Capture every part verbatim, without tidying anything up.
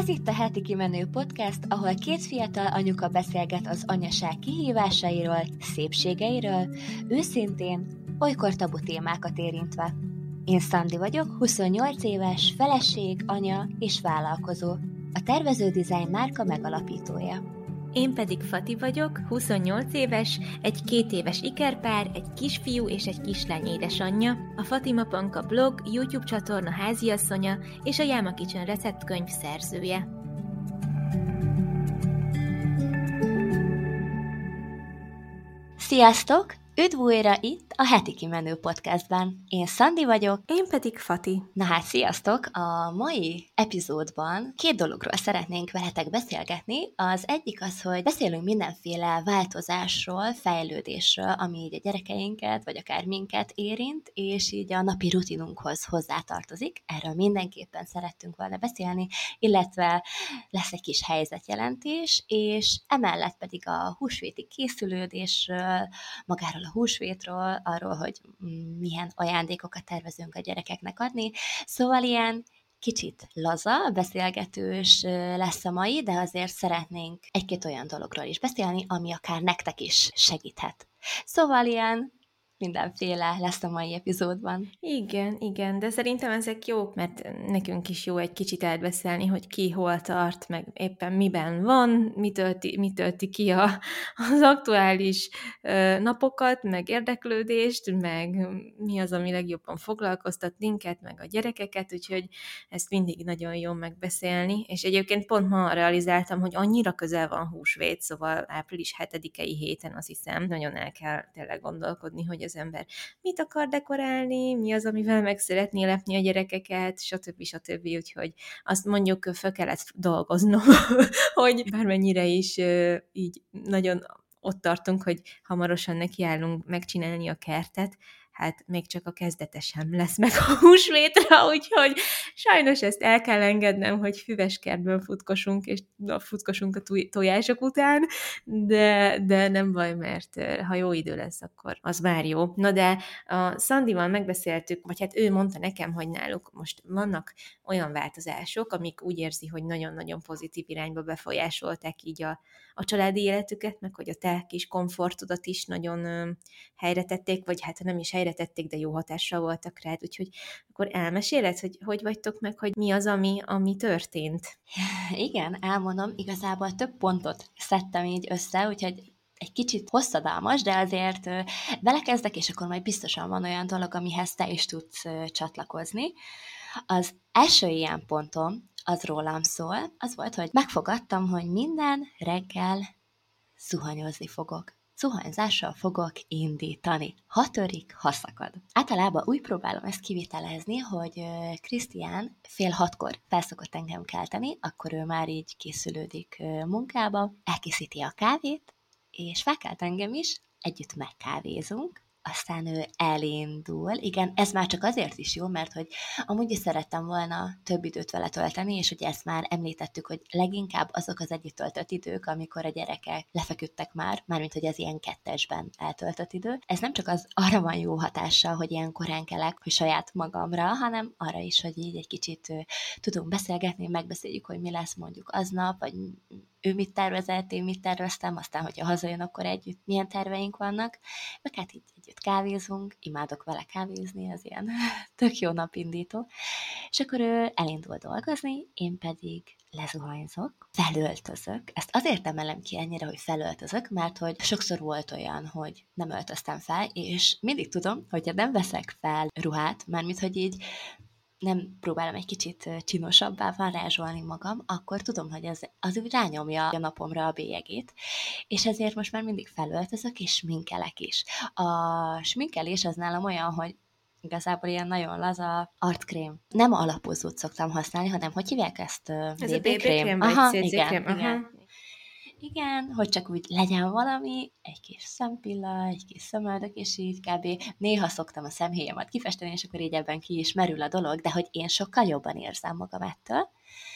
Ez itt a Heti Kimenő Podcast, ahol két fiatal anyuka beszélget az anyaság kihívásairól, szépségeiről, őszintén, olykor tabu témákat érintve. Én Szandi vagyok, huszonnyolc éves, feleség, anya és vállalkozó, a Tervező Design márka megalapítója. Én pedig Fati vagyok, huszonnyolc éves, egy két éves ikerpár, egy kisfiú és egy kislány édesanyja, a Fatima Panka blog, YouTube csatorna háziasszonya és a Yama Kitchen receptkönyv szerzője. Sziasztok! Üdv újra itt a Heti Kimenő Podcastben. Én Szandi vagyok. Én pedig Fati. Na hát, sziasztok! A mai epizódban két dologról szeretnénk veletek beszélgetni. Az egyik az, hogy beszélünk mindenféle változásról, fejlődésről, ami így a gyerekeinket, vagy akár minket érint, és így a napi rutinunkhoz hozzátartozik. Erről mindenképpen szerettünk volna beszélni, illetve lesz egy kis helyzetjelentés, és emellett pedig a húsvéti készülődésről, magáról a húsvétról, arról, hogy milyen ajándékokat tervezünk a gyerekeknek adni. Szóval ilyen kicsit laza, beszélgetős lesz a mai, de azért szeretnénk egy-két olyan dologról is beszélni, ami akár nektek is segíthet. Szóval ilyen mindenféle lesz a mai epizódban. Igen, igen, de szerintem ezek jók, mert nekünk is jó egy kicsit átbeszélni, hogy ki hol tart, meg éppen miben van, mi tölti, mi tölti ki a, az aktuális uh, napokat, meg érdeklődést, meg mi az, ami legjobban foglalkoztat minket, meg a gyerekeket, úgyhogy ezt mindig nagyon jó megbeszélni, és egyébként pont ma realizáltam, hogy annyira közel van húsvét, szóval április hetedikei héten azt hiszem, nagyon el kell tényleg gondolkodni, hogy az ember mit akar dekorálni, mi az, amivel meg szeretné lepni a gyerekeket, stb. stb. Úgyhogy azt mondjuk föl kellett dolgoznom, hogy bármennyire is így nagyon ott tartunk, hogy hamarosan nekiállunk megcsinálni a kertet, hát még csak a kezdete sem lesz meg a húsvétra, úgyhogy sajnos ezt el kell engednem, hogy füves kertben futkosunk, és futkosunk a tojások után, de, de nem baj, mert ha jó idő lesz, akkor az már jó. Na de a Szandival megbeszéltük, vagy hát ő mondta nekem, hogy náluk most vannak olyan változások, amik úgy érzi, hogy nagyon-nagyon pozitív irányba befolyásolták így a, a családi életüket, meg hogy a te kis komfortodat is nagyon helyre tették, vagy hát nem is helyre tették, de jó hatással voltak rád, úgyhogy akkor elmeséled, hogy hogy vagytok meg, hogy mi az, ami, ami történt? Igen, elmondom, igazából több pontot szedtem így össze, úgyhogy egy kicsit hosszadalmas, de azért belekezdek, és akkor majd biztosan van olyan dolog, amihez te is tudsz csatlakozni. Az első ilyen pontom, az rólam szól, az volt, hogy megfogadtam, hogy minden reggel zuhanyozni fogok. Zuhanyzással fogok indítani. Ha törik, ha szakad. Általában úgy próbálom ezt kivitelezni, hogy Krisztián fél hatkor felszokott engem kelteni, akkor ő már így készülődik munkába, elkészíti a kávét, és felkelt engem is, együtt megkávézunk, aztán ő elindul. Igen, ez már csak azért is jó, mert hogy amúgy is szerettem volna több időt vele tölteni, és ugye ezt már említettük, hogy leginkább azok az együtt töltött idők, amikor a gyerekek lefeküdtek már, mármint hogy ez ilyen kettesben eltöltött idő. Ez nem csak az arra van jó hatással, hogy ilyen korán kelek, hogy saját magamra, hanem arra is, hogy így egy kicsit tudunk beszélgetni, megbeszéljük, hogy mi lesz mondjuk aznap, vagy ő mit tervezett, én mit terveztem, aztán, hogyha hazajön, akkor együtt milyen terveink vannak, meg hát így együtt kávézunk, imádok vele kávézni, az ilyen tök jó napindító, és akkor ő elindul dolgozni, én pedig lezuhanyzok, felöltözök, ezt azért emelem ki ennyire, hogy felöltözök, mert hogy sokszor volt olyan, hogy nem öltöztem fel, és mindig tudom, hogyha nem veszek fel ruhát, mármint, hogy így nem próbálom egy kicsit csinosabbá varázsolni magam, akkor tudom, hogy az, az úgy rányomja a napomra a bélyegét, és ezért most már mindig felöltözök, és sminkelek is. A sminkelés az nálam olyan, hogy igazából ilyen nagyon laza arckrém. Nem alapozót szoktam használni, hanem hogy hívják ezt? Ez a bé bé-krém, vagy aha, cé cé-krém. igen, igen. Igen, hogy csak úgy legyen valami, egy kis szempilla, egy kis szemöldök, és így kb. Néha szoktam a szemhéjamat kifesteni, és akkor így ebben ki is merül a dolog, de hogy én sokkal jobban érzem magam ettől.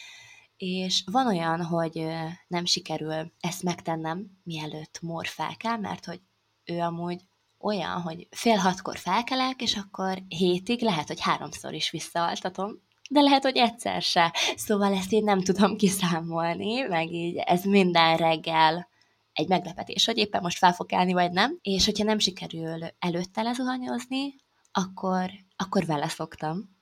És van olyan, hogy nem sikerül ezt megtennem, mielőtt Mór felkel, mert hogy ő amúgy olyan, hogy fél hatkor felkelek, és akkor hétig lehet, hogy háromszor is visszaaltatom, de lehet, hogy egyszer se. Szóval ezt én nem tudom kiszámolni, meg így ez minden reggel egy meglepetés, hogy éppen most fel fog kelni, vagy nem. És hogyha nem sikerül előtte lezuhanyozni, akkor, akkor vele szoktam.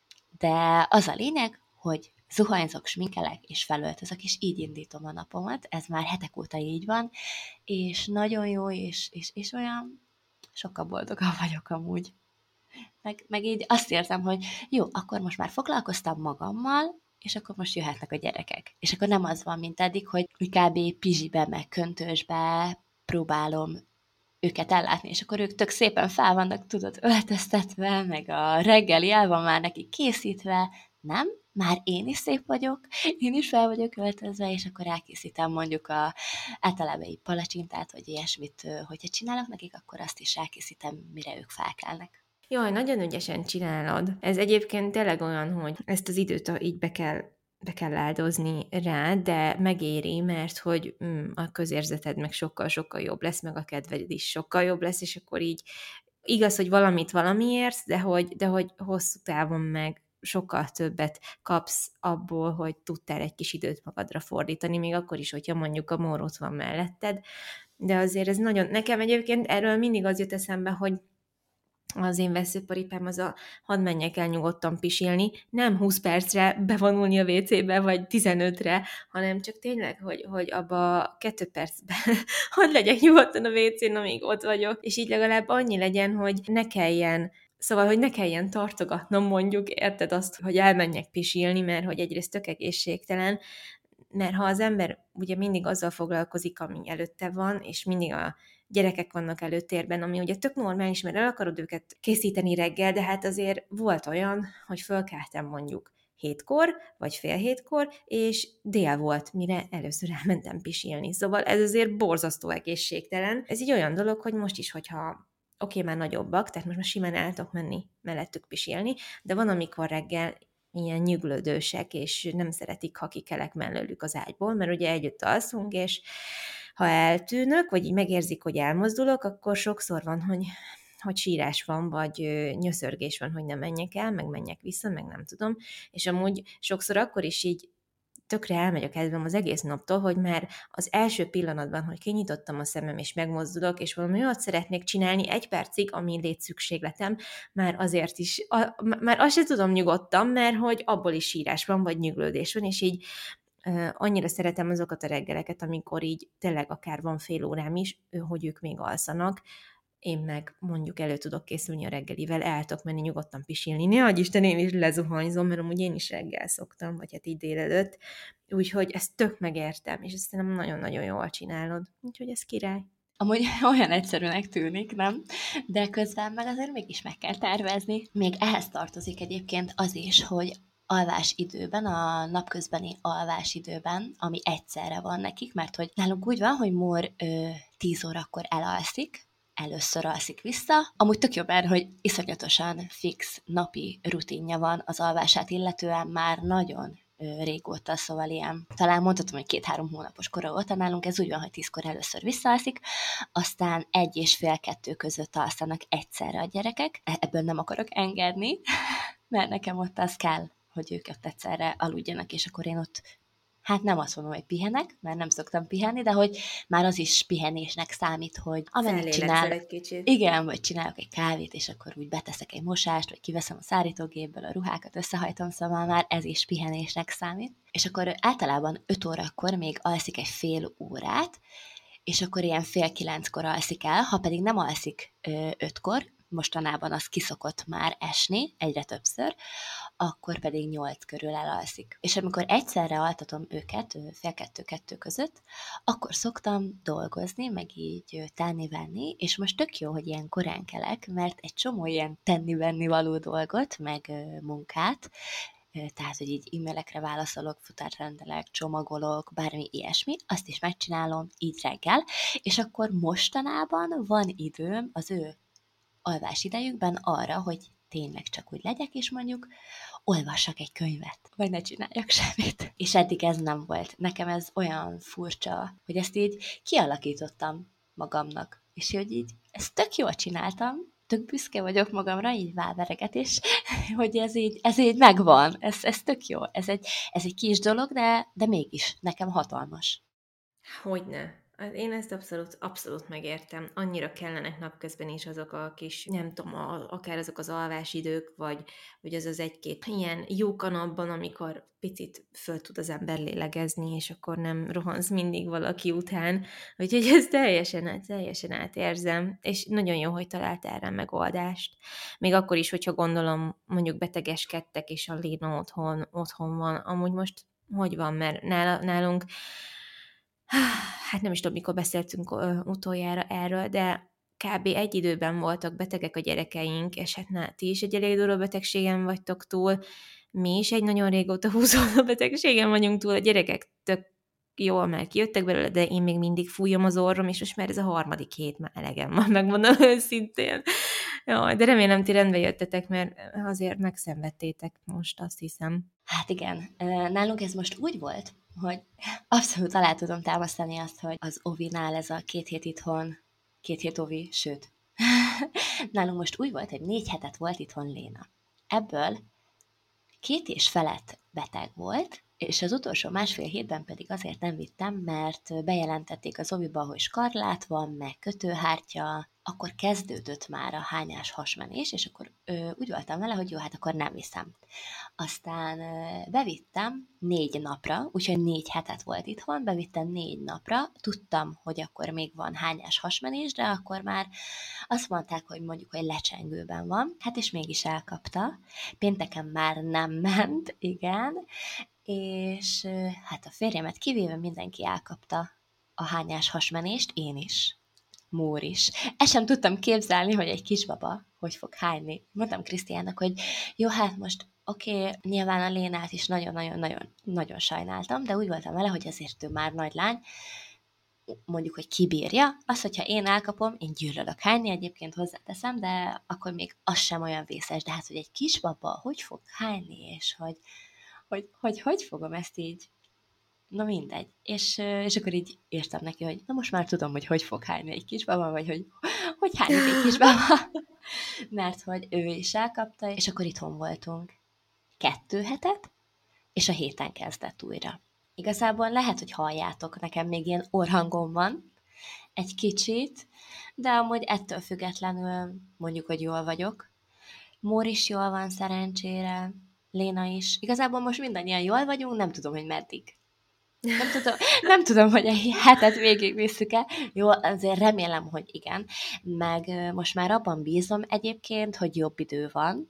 De az a lényeg, hogy zuhanyzok, sminkelek, és felöltözök, és így indítom a napomat. Ez már hetek óta így van, és nagyon jó, és, és, és olyan sokkal boldogabb vagyok amúgy. Meg, meg így azt érzem, hogy jó, akkor most már foglalkoztam magammal, és akkor most jöhetnek a gyerekek. És akkor nem az van, mint eddig, hogy kb. Pizsibe, meg köntösbe próbálom őket ellátni, és akkor ők tök szépen fel vannak, tudod, öltöztetve, meg a reggeli el van már neki készítve, nem? Már én is szép vagyok, én is fel vagyok öltözve, és akkor elkészítem mondjuk a általában egy palacsintát, vagy ilyesmit, hogyha csinálok nekik, akkor azt is elkészítem, mire ők felkelnek. Jaj, nagyon ügyesen csinálod. Ez egyébként tényleg olyan, hogy ezt az időt így be kell, be kell áldozni rá, de megéri, mert hogy mm, a közérzeted meg sokkal-sokkal jobb lesz, meg a kedved is sokkal jobb lesz, és akkor így igaz, hogy valamit valamiért, de hogy, de hogy hosszú távon meg sokkal többet kapsz abból, hogy tudtál egy kis időt magadra fordítani, még akkor is, hogyha mondjuk a mor ott van melletted, de azért ez nagyon, nekem egyébként erről mindig az jut eszembe, hogy az én veszőparipám az a hadd menjek el nyugodtan pisilni, nem húsz percre bevonulni a vécébe, vagy tizenötre, hanem csak tényleg, hogy, hogy abba kettő percben hadd legyek nyugodtan a vécén, amíg ott vagyok, és így legalább annyi legyen, hogy ne kelljen Szóval, hogy ne kelljen tartogatnom mondjuk, érted azt, hogy elmenjek pisilni, mert hogy egyrészt tök egészségtelen, mert ha az ember ugye mindig azzal foglalkozik, ami előtte van, és mindig a gyerekek vannak előtérben, ami ugye tök normális, mert el akarod őket készíteni reggel, de hát azért volt olyan, hogy fölkeltem mondjuk hétkor, vagy fél hétkor, és dél volt, mire először elmentem pisilni. Szóval ez azért borzasztó egészségtelen. Ez így olyan dolog, hogy most is, hogyha oké, okay, már nagyobbak, tehát most már simán el tudok menni mellettük pisilni, de van, amikor reggel ilyen nyüglődősek, és nem szeretik, ha kikelek mellőlük az ágyból, mert ugye együtt alszunk, és ha eltűnök, vagy így megérzik, hogy elmozdulok, akkor sokszor van, hogy, hogy sírás van, vagy nyöszörgés van, hogy nem menjek el, meg menjek vissza, meg nem tudom, és amúgy sokszor akkor is így tökre elmegy a kedvem az egész naptól, hogy már az első pillanatban, hogy kinyitottam a szemem, és megmozdulok, és valami olyat szeretnék csinálni egy percig, ami létszükségletem, már azért is, a, már azt sem tudom nyugodtan, mert hogy abból is sírás van, vagy nyüglődés van, és így uh, annyira szeretem azokat a reggeleket, amikor így tényleg akár van fél órám is, hogy ők még alszanak, én meg mondjuk elő tudok készülni a reggelivel, el tudok menni nyugodtan pisilni. Ne adj Isten, én is lezuhanyzom, mert amúgy én is reggel szoktam, vagy hát így délelőtt. Úgyhogy ezt tök megértem, és ezt nem nagyon-nagyon jól csinálod. Úgyhogy ez király. Amúgy olyan egyszerűnek tűnik, nem? De közben meg azért mégis meg kell tervezni. Még ehhez tartozik egyébként az is, hogy alvás időben, a napközbeni alvás időben, ami egyszerre van nekik, mert hogy nálunk úgy van, hogy Mór ö, tíz órakor elalszik, először alszik vissza. Amúgy tök jó, mert hogy iszonyatosan fix napi rutinja van az alvását illetően már nagyon ö, régóta, szóval ilyen, talán mondhatom, hogy két-három hónapos kora óta nálunk, ez úgy van, hogy tízkor először visszaalszik, aztán egy és fél kettő között alszanak egyszerre a gyerekek. Ebből nem akarok engedni, mert nekem ott az kell, hogy ők ott egyszerre aludjanak, és akkor én ott hát nem azt mondom, hogy pihenek, mert nem szoktam pihenni, de hogy már az is pihenésnek számít, hogy amennyit csinál, egy kicsit. igen, vagy csinálok egy kávét, és akkor úgy beteszek egy mosást, vagy kiveszem a szárítógépből a ruhákat, összehajtom, szóval már ez is pihenésnek számít. És akkor általában öt órakor még alszik egy fél órát, és akkor ilyen fél kilenckor alszik el, ha pedig nem alszik ö, ötkor, mostanában az kiszokott már esni, egyre többször, akkor pedig nyolc körül elalszik. És amikor egyszerre altatom őket, fél kettő-kettő között, akkor szoktam dolgozni, meg így tenni-venni, és most tök jó, hogy ilyen korán kelek, mert egy csomó ilyen tenni-venni való dolgot, meg munkát, tehát, hogy így e-mailekre válaszolok, futárt rendelek, csomagolok, bármi ilyesmi, azt is megcsinálom így reggel, és akkor mostanában van időm az ő alvás idejükben arra, hogy tényleg csak úgy legyek, és mondjuk olvassak egy könyvet, vagy ne csináljak semmit. És eddig ez nem volt. Nekem ez olyan furcsa, hogy ezt így kialakítottam magamnak. És hogy így ezt tök jól csináltam, tök büszke vagyok magamra, így válveregetés, hogy ez így, ez így megvan, ez, ez tök jó, ez egy, ez egy kis dolog, de, de mégis nekem hatalmas. Hogyne. Hát én ezt abszolút, abszolút megértem. Annyira kellenek napközben is azok a kis, nem tudom, a, akár azok az alvásidők, vagy, vagy az az egy-két ilyen jóka napban, amikor picit föl tud az ember lélegezni, és akkor nem rohansz mindig valaki után. Úgyhogy ezt teljesen, teljesen átérzem, és nagyon jó, hogy talált erre megoldást. Még akkor is, hogyha gondolom, mondjuk betegeskedtek, és a Léna otthon, otthon van. Amúgy most hogy van, mert nálunk hát nem is tudom, mikor beszéltünk utoljára erről, de kb. Egy időben voltak betegek a gyerekeink, és hát na, ti is egy elég durva betegségen vagytok túl, mi is egy nagyon régóta húzódó betegségen vagyunk túl, a gyerekek tök jól már kijöttek belőle, de én még mindig fújom az orrom, és most már ez a harmadik hét már elegem van, megmondom őszintén. Jaj, de remélem ti rendbe jöttetek, mert azért megszenvedtétek most, azt hiszem. Hát igen, nálunk ez most úgy volt, hogy abszolút alá tudom támasztani azt, hogy az ovinál ez a két hét itthon, két hét ovi, sőt, nálunk most úgy volt, hogy négy hetet volt itthon Léna. Ebből két és felett beteg volt, és az utolsó másfél hétben pedig azért nem vittem, mert bejelentették az oviba, hogy skarlát van, meg kötőhártya, akkor kezdődött már a hányás hasmenés, és akkor ö, úgy voltam vele, hogy jó, hát akkor nem viszem. Aztán ö, bevittem négy napra, úgyhogy négy hetet volt itthon, bevittem négy napra, tudtam, hogy akkor még van hányás hasmenés, de akkor már azt mondták, hogy mondjuk, hogy lecsengőben van, hát és mégis elkapta. Pénteken már nem ment, igen, és hát a férjemet kivéve mindenki elkapta a hányás hasmenést, én is. Mór is. Ezt sem tudtam képzelni, hogy egy kisbaba hogy fog hányni. Mondtam Krisztiánnak, hogy jó, hát most oké, okay, nyilván a Lénát is nagyon-nagyon-nagyon nagyon sajnáltam, de úgy voltam vele, hogy azért ő már nagy lány, mondjuk, hogy kibírja. Az, hogyha én elkapom, én gyűlölök hányni, egyébként hozzáteszem, de akkor még az sem olyan vészes. De hát, hogy egy kisbaba hogy fog hányni, és hogy hogy, hogy hogy fogom ezt így, na mindegy. És, és akkor így írtam neki, hogy na most már tudom, hogy hogy fog hányni egy kisbaba, vagy hogy hogy hányni egy kisbaba. Mert hogy ő is elkapta, és akkor itthon voltunk kettő hetet, és a héten kezdett újra. Igazából lehet, hogy halljátok, nekem még ilyen orhangom van, egy kicsit, de amúgy ettől függetlenül mondjuk, hogy jól vagyok. Mór is jól van szerencsére, Léna is. Igazából most mindannyian jól vagyunk, nem tudom, hogy meddig. Nem tudom, nem tudom, hogy egy hetet végigvisszük-e. Jó, azért remélem, hogy igen. Meg most már abban bízom egyébként, hogy jobb idő van,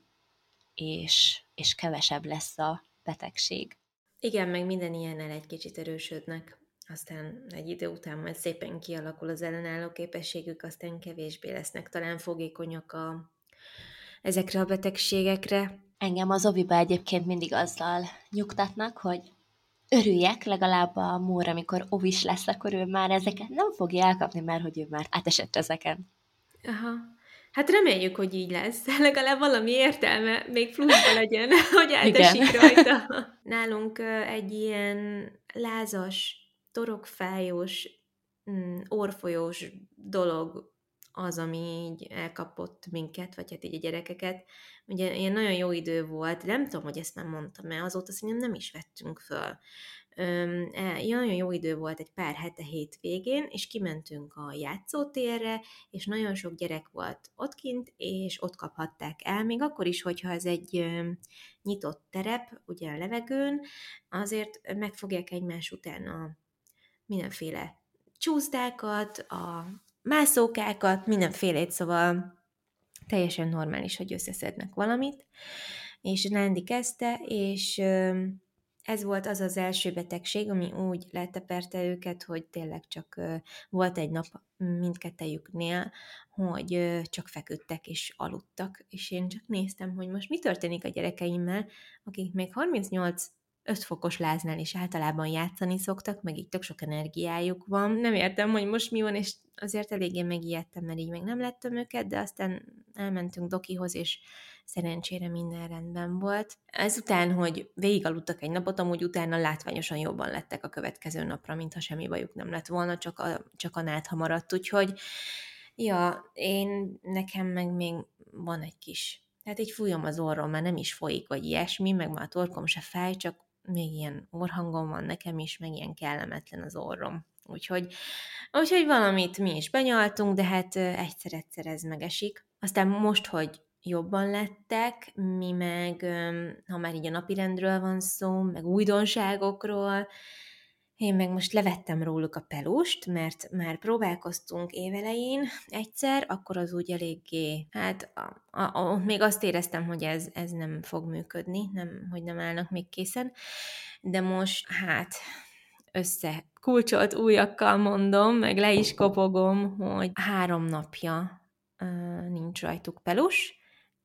és, és kevesebb lesz a betegség. Igen, meg minden ilyennel egy kicsit erősödnek. Aztán egy idő után majd szépen kialakul az ellenálló képességük, aztán kevésbé lesznek talán fogékonyak a, ezekre a betegségekre. Engem az oviba egyébként mindig azzal nyugtatnak, hogy örüljek legalább a Mór, amikor ovis lesz, akkor ő már ezeket nem fogja elkapni, mert hogy ő már átesett ezeken. Aha. Hát reméljük, hogy így lesz. Legalább valami értelme még pluszba legyen, hogy átesik rajta. Nálunk egy ilyen lázas, torokfájós, orfolyós dolog az, ami így elkapott minket, vagy hát így a gyerekeket. Ugye ilyen nagyon jó idő volt, nem tudom, hogy ezt nem mondtam el, azóta szerintem nem is vettünk föl. Öm, nagyon jó idő volt egy pár hete hétvégén, és kimentünk a játszótérre, és nagyon sok gyerek volt ott kint, és ott kaphatták el, még akkor is, hogyha ez egy öm, nyitott terep, ugye a levegőn, azért megfogják egymás után a mindenféle csúszdákat, a mászókákat, mindenfélét, szóval teljesen normális, hogy összeszednek valamit, és Nándi kezdte, és ez volt az az első betegség, ami úgy leteperte őket, hogy tényleg csak volt egy nap mindkettejüknél, hogy csak feküdtek és aludtak, és én csak néztem, hogy most mi történik a gyerekeimmel, akik még harmincnyolc öt fokos láznál is általában játszani szoktak, meg így tök sok energiájuk van. Nem értem, hogy most mi van, és azért eléggé megijedtem, mert így még nem lettem őket, de aztán elmentünk dokihoz, és szerencsére minden rendben volt. Ezután, hogy végigaludtak egy napot, amúgy utána látványosan jobban lettek a következő napra, mintha semmi bajuk nem lett volna, csak a, csak a nátha maradt, úgyhogy Ja, én nekem meg még van egy kis, tehát így fújom az orrom, mert nem is folyik, vagy ilyesmi, meg már a torkom se fáj, csak még ilyen orhangom van nekem is, meg ilyen kellemetlen az orrom. Úgyhogy, úgyhogy valamit mi is benyaltunk, de hát egyszer-egyszer ez megesik. Aztán most, hogy jobban lettek, mi meg, ha már így a napirendről van szó, meg újdonságokról, én meg most levettem róluk a pelust, mert már próbálkoztunk évelején egyszer, akkor az úgy eléggé, hát a, a, a, még azt éreztem, hogy ez, ez nem fog működni, nem, hogy nem állnak még készen, de most hát összekulcsolt ujjakkal mondom, meg le is kopogom, hogy három napja uh, nincs rajtuk pelus,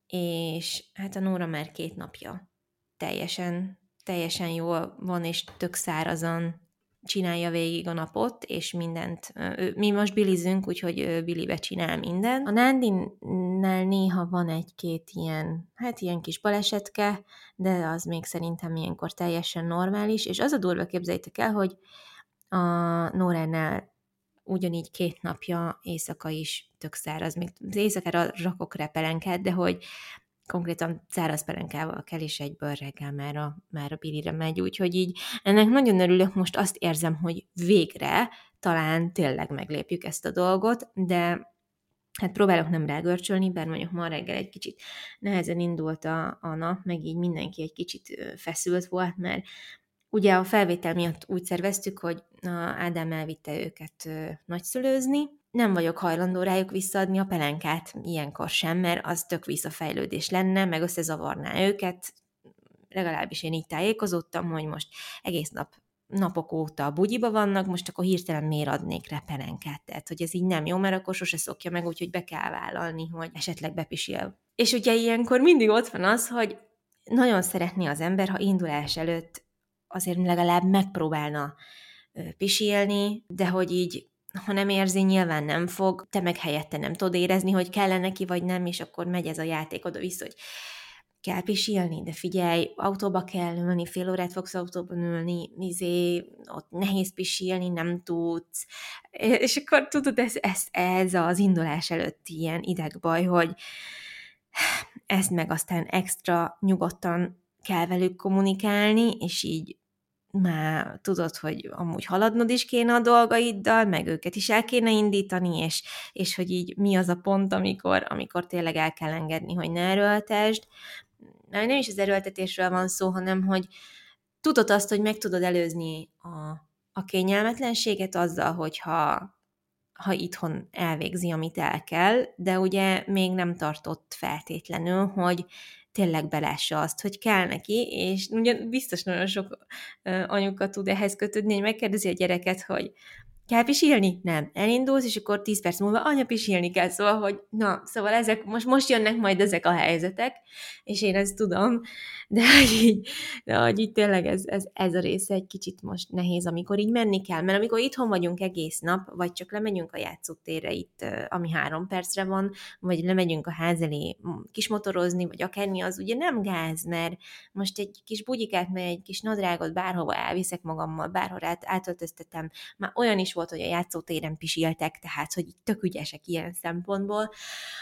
és hát a Nóra már két napja teljesen, teljesen jól van, és tök szárazan csinálja végig a napot, és mindent. Mi most bilizünk, úgyhogy Billibe csinál mindent. A Nándinál néha van egy-két ilyen, hát ilyen kis balesetke, de az még szerintem ilyenkor teljesen normális, és az a durva, képzeljétek el, hogy a Nóránál ugyanígy két napja éjszaka is tök száraz, még az éjszakára rakok repelenket, de hogy konkrétan száraz pelenkával kell, és egyből reggel már a, már a Billire megy, úgyhogy így ennek nagyon örülök, most azt érzem, hogy végre talán tényleg meglépjük ezt a dolgot, de hát próbálok nem rágörcsölni, bár mondjuk ma reggel egy kicsit nehezen indult a, a nap, meg így mindenki egy kicsit feszült volt, mert ugye a felvétel miatt úgy szerveztük, hogy Ádám elvitte őket nagyszülőzni, nem vagyok hajlandó rájuk visszaadni a pelenkát ilyenkor sem, mert az tök visszafejlődés lenne, meg összezavarná őket, legalábbis én így tájékozottam, hogy most egész nap napok óta bugyiba vannak, most akkor hirtelen miért adnék rá pelenkát, tehát hogy ez így nem jó, mert akkor sose szokja meg, úgyhogy be kell vállalni, hogy esetleg bepisil. És ugye ilyenkor mindig ott van az, hogy nagyon szeretné az ember, ha indulás előtt azért legalább megpróbálna pisilni, de hogy így, ha nem érzi, nyilván nem fog, te meg helyette nem tudod érezni, hogy kellene neki, vagy nem, és akkor megy ez a játék oda-vissza, hogy kell pisilni, de figyelj, autóba kell ülni, fél órát fogsz autóban ülni, izé, ott nehéz pisilni, nem tudsz. És akkor tudod, ez, ez, ez az indulás előtti ilyen idegbaj, hogy ezt meg aztán extra nyugodtan kell velük kommunikálni, és így már tudod, hogy amúgy haladnod is kéne a dolgaiddal, meg őket is el kéne indítani, és, és hogy így mi az a pont, amikor, amikor tényleg el kell engedni, hogy ne erőltesd. Nem is az erőltetésről van szó, hanem hogy tudod azt, hogy meg tudod előzni a, a kényelmetlenséget azzal, hogyha ha itthon elvégzi, amit el kell, de ugye még nem tartott feltétlenül, hogy tényleg belássa azt, hogy kell neki, és ugye biztos nagyon sok anyuka tud ehhez kötődni, hogy megkérdezi a gyereket, hogy kell pisilni? Nem. Elindulsz, és akkor tíz perc múlva anya pisilni kell, szóval, hogy na, szóval ezek, most, most jönnek majd ezek a helyzetek, és én ezt tudom, de hogy így, de hogy így tényleg ez, ez, ez a része egy kicsit most nehéz, amikor így menni kell, mert amikor itthon vagyunk egész nap, vagy csak lemegyünk a játszótérre itt, ami három percre van, vagy lemegyünk a ház elé kismotorozni, vagy akármi, az ugye nem gáz, mert most egy kis bugyikát, meg egy kis nadrágot bárhova elviszek magammal, bárhol át, átöltöztetem, már olyan is volt, hogy a játszótéren pisiltek, tehát, hogy tök ügyesek ilyen szempontból.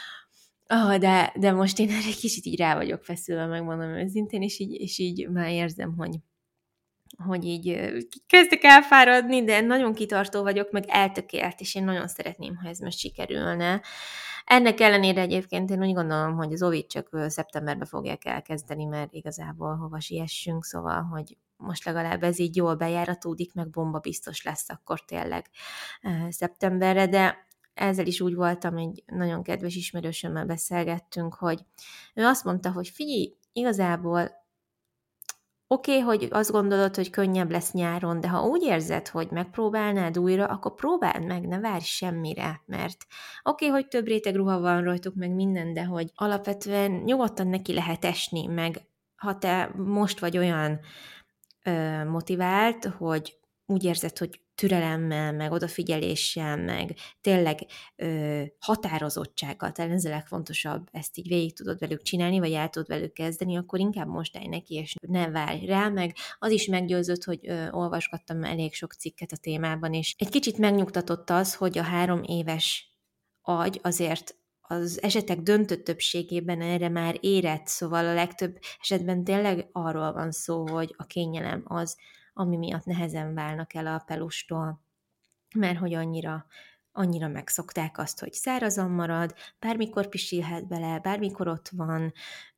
Oh, de, de most én egy kicsit így rá vagyok feszülve, megmondom őszintén, és így, és így már érzem, hogy, hogy így kezdek elfáradni, de nagyon kitartó vagyok, meg eltökélt, és én nagyon szeretném, ha ez most sikerülne. Ennek ellenére egyébként én úgy gondolom, hogy az ovit csak szeptemberben fogják elkezdeni, mert igazából hova siessünk, szóval, hogy most legalább ez így jól bejáratódik, meg bomba biztos lesz akkor tényleg szeptemberre, de ezzel is úgy voltam, egy nagyon kedves ismerősömmel beszélgettünk, hogy ő azt mondta, hogy figyelj, igazából oké, okay, hogy azt gondolod, hogy könnyebb lesz nyáron, de ha úgy érzed, hogy megpróbálnád újra, akkor próbáld meg, ne várj semmire, mert oké, okay, hogy több réteg ruha van rajtuk, meg minden, de hogy alapvetően nyugodtan neki lehet esni, meg ha te most vagy olyan ö, motivált, hogy úgy érzed, hogy türelemmel, meg odafigyeléssel, meg tényleg ö, határozottsággal, talán ez a legfontosabb, ezt így végig tudod velük csinálni, vagy el tudod velük kezdeni, akkor inkább most állj neki, és ne várj rá, meg az is meggyőzött, hogy ö, olvasgattam elég sok cikket a témában, és egy kicsit megnyugtatott az, hogy a három éves agy azért az esetek döntő többségében erre már érett, szóval a legtöbb esetben tényleg arról van szó, hogy a kényelem az, ami miatt nehezen válnak el a pelustól, mert hogy annyira, annyira megszokták azt, hogy szárazon marad, bármikor pisilhet bele, bármikor ott van,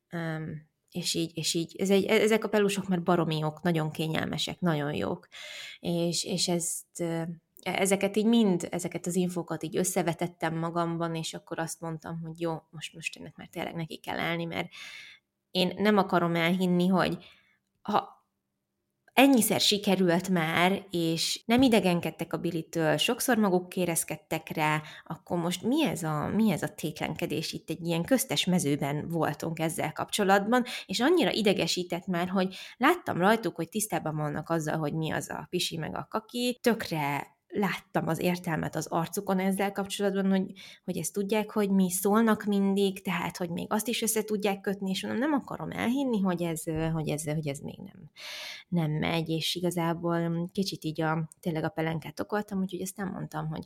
és így, és így. Ez egy, ezek a pelusok már baromi jók, nagyon kényelmesek, nagyon jók, és, és ezt... ezeket így mind, ezeket az infókat így összevetettem magamban, és akkor azt mondtam, hogy jó, most, most ennek már tényleg neki kell állni, mert én nem akarom elhinni, hogy ha ennyiszer sikerült már, és nem idegenkedtek a Billytől, sokszor maguk kérezkedtek rá, akkor most mi ez a, mi ez a tétlenkedés? Itt egy ilyen köztes mezőben voltunk ezzel kapcsolatban, és annyira idegesített már, hogy láttam rajtuk, hogy tisztában vannak azzal, hogy mi az a pisi meg a kaki, tökre láttam az értelmet az arcukon ezzel kapcsolatban, hogy, hogy ezt tudják, hogy mi szólnak mindig, tehát, hogy még azt is össze tudják kötni, és mondom, nem akarom elhinni, hogy ez, hogy ez, hogy ez még nem, nem megy, és igazából kicsit így a, tényleg a pelenkát okoltam, úgyhogy ezt nem mondtam, hogy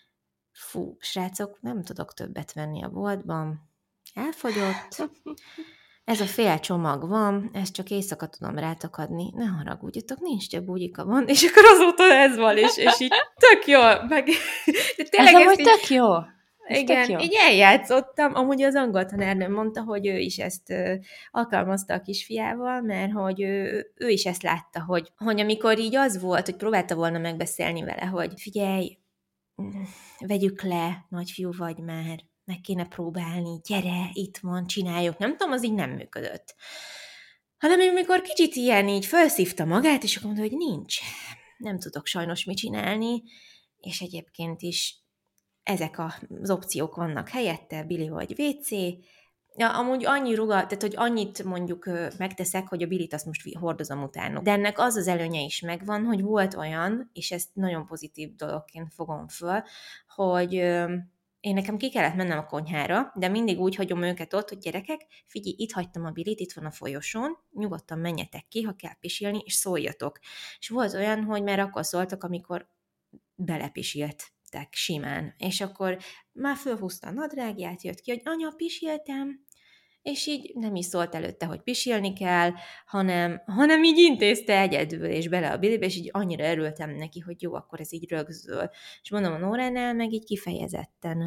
fú, srácok, nem tudok többet venni a boltban, elfogyott, ez a fél csomag van, ezt csak éjszaka tudom rátakadni, ne haragudjatok, nincs több úgyika van, és akkor azóta ez van, és, és így tök jó, meg... De tényleg ez amúgy tök jó. Ez igen, tök jó. Így eljátszottam, amúgy az angol tanárnőm mondta, hogy ő is ezt ö, alkalmazta a kisfiával, mert hogy ő, ő is ezt látta, hogy, hogy amikor így az volt, hogy próbálta volna megbeszélni vele, hogy figyelj, vegyük le, nagyfiú vagy már, meg kéne próbálni, gyere, itt van, csináljuk. Nem tudom, az így nem működött. Hanem amikor kicsit ilyen így felszívta magát, és akkor mondta, hogy nincs. Nem tudok sajnos mit csinálni, és egyébként is ezek az opciók vannak helyette, Billy vagy vé cé. Ja, amúgy annyi ruga, tehát hogy annyit mondjuk megteszek, hogy a Billyt azt most hordozom utána. De ennek az az előnye is megvan, hogy volt olyan, és ezt nagyon pozitív dologként fogom föl, hogy én nekem ki kellett mennem a konyhára, de mindig úgy hagyom őket ott, hogy gyerekek, figyelj, itt hagytam a Billyt, itt van a folyosón, nyugodtan menjetek ki, ha kell pisilni, és szóljatok. És volt olyan, hogy már akkor szóltak, amikor belepisiltek simán. És akkor már fölhúzta a nadrágját, jött ki, hogy anya, pisiltem, és így nem is szólt előtte, hogy pisilni kell, hanem, hanem így intézte egyedül, és bele a Billybe, és így annyira örültem neki, hogy jó, akkor ez így rögzül. És mondom, a Nóránál meg így kifejezetten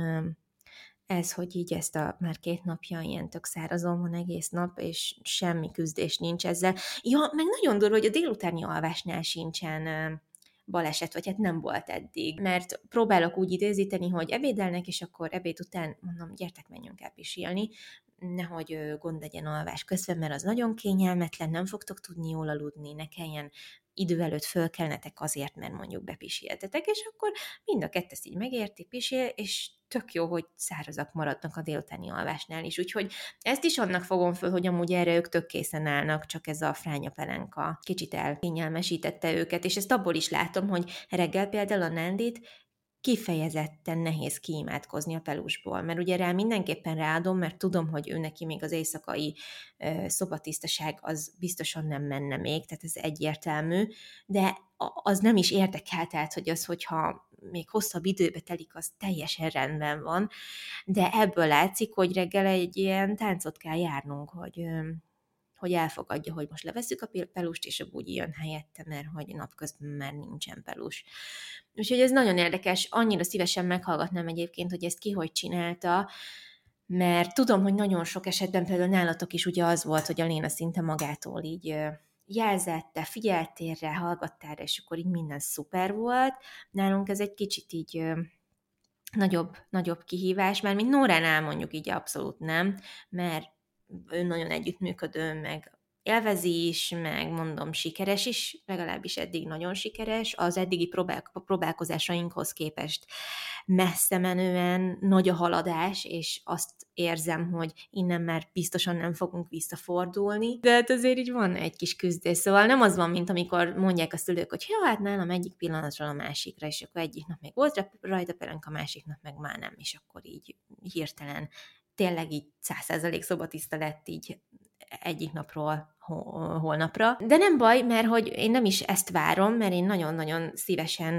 ez, hogy így ezt a már két napja ilyen tök szárazon van egész nap, és semmi küzdés nincs ezzel. Ja, meg nagyon durva, hogy a délutáni alvásnál sincsen baleset, vagy hát nem volt eddig. Mert próbálok úgy idézíteni, hogy ebédelnek, és akkor ebéd után mondom, gyertek, menjünk el pisilni, nehogy gond legyen alvás közben, mert az nagyon kényelmetlen, nem fogtok tudni jól aludni, ne kelljen idő előtt fölkelnetek azért, mert mondjuk bepisiltetek, és akkor mind a kettő ezt így megérti, pisil, és tök jó, hogy szárazak maradnak a délutáni alvásnál is. Úgyhogy ezt is annak fogom föl, hogy amúgy erre ők tök készen állnak, csak ez a frányapelenka kicsit elkényelmesítette őket, és ezt abból is látom, hogy reggel például a Nándit kifejezetten nehéz kiimádkozni a pelusból, mert ugye rá mindenképpen ráadom, mert tudom, hogy ő neki még az éjszakai ö, szobatisztaság az biztosan nem menne még, tehát ez egyértelmű, de az nem is érdekel, tehát, hogy az, hogyha még hosszabb időbe telik, az teljesen rendben van, de ebből látszik, hogy reggel egy ilyen táncot kell járnunk, hogy... Ö, hogy elfogadja, hogy most levesszük a pelust, és a bugyi jön helyette, mert hogy napközben már nincsen pelus. Úgyhogy ez nagyon érdekes, annyira szívesen meghallgatnám egyébként, hogy ezt ki hogy csinálta, mert tudom, hogy nagyon sok esetben például nálatok is ugye az volt, hogy a Léna szinte magától így jelzette, figyeltél rá, hallgattál rá, és akkor így minden szuper volt. Nálunk ez egy kicsit így nagyobb, nagyobb kihívás, mert mint Nóránál mondjuk így abszolút nem, mert ő nagyon együttműködő, meg élvezi is, meg mondom, sikeres is, legalábbis eddig nagyon sikeres. Az eddigi próbál- próbálkozásainkhoz képest messze menően nagy a haladás, és azt érzem, hogy innen már biztosan nem fogunk visszafordulni. De hát azért így van egy kis küzdés, szóval nem az van, mint amikor mondják a szülők, hogy ja, hát nálam egyik pillanatról a másikra, és akkor egyik nap még volt rajta pelenka, a másik nap meg már nem, és akkor így hirtelen tényleg így száz százalék szobatiszta lett így egyik napról holnapra. De nem baj, mert hogy én nem is ezt várom, mert én nagyon-nagyon szívesen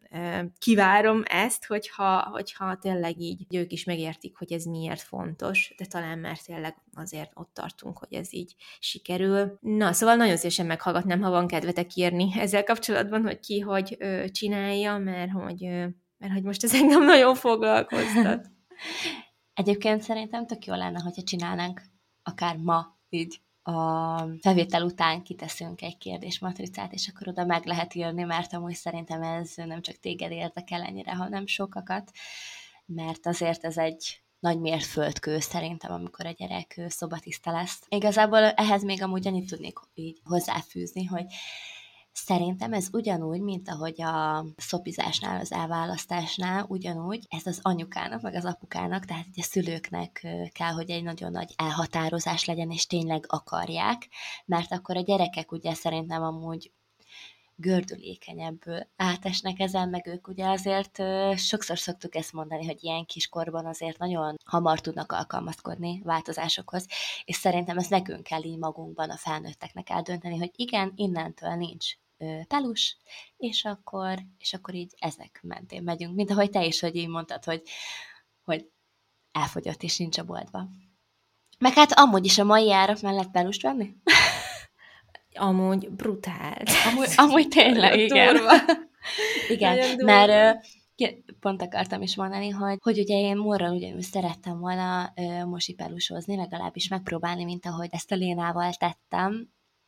kivárom ezt, hogyha, hogyha tényleg így ők is megértik, hogy ez miért fontos, de talán már tényleg azért ott tartunk, hogy ez így sikerül. Na, szóval nagyon szívesen meghallgatnám, ha van kedvetek írni ezzel kapcsolatban, hogy ki hogy ö, csinálja, mert hogy, ö, mert hogy most ez engem nagyon foglalkoztat. Egyébként szerintem tök jó lenne, hogyha csinálnánk akár ma így a felvétel után kiteszünk egy kérdésmatricát, és akkor oda meg lehet írni, mert amúgy szerintem ez nem csak téged érdekel ennyire, hanem sokakat, mert azért ez egy nagy mérföldkő szerintem, amikor a gyerek szobatiszta lesz. Igazából ehhez még amúgy annyit tudnék így hozzáfűzni, hogy szerintem ez ugyanúgy, mint ahogy a szopizásnál, az elválasztásnál, ugyanúgy ez az anyukának, meg az apukának, tehát a szülőknek kell, hogy egy nagyon nagy elhatározás legyen, és tényleg akarják, mert akkor a gyerekek ugye szerintem amúgy gördülékenyebből átesnek ezen, meg ők ugye azért sokszor szoktuk ezt mondani, hogy ilyen kiskorban azért nagyon hamar tudnak alkalmazkodni változásokhoz, és szerintem ezt nekünk kell így magunkban a felnőtteknek eldönteni, hogy igen, innentől nincs pelus, és akkor, és akkor így ezek mentén megyünk, mint ahogy te is, hogy így mondtad, hogy, hogy elfogyott és nincs a boltban. Meg hát amúgy is a mai árak mellett pelust venni? Amúgy brutál. Amúgy, amúgy tényleg, igen. Igen, mert pont akartam is mondani, hogy, hogy ugye én morral ugyanúgy szerettem volna mosipelusozni, legalábbis megpróbálni, mint ahogy ezt a Lénával tettem,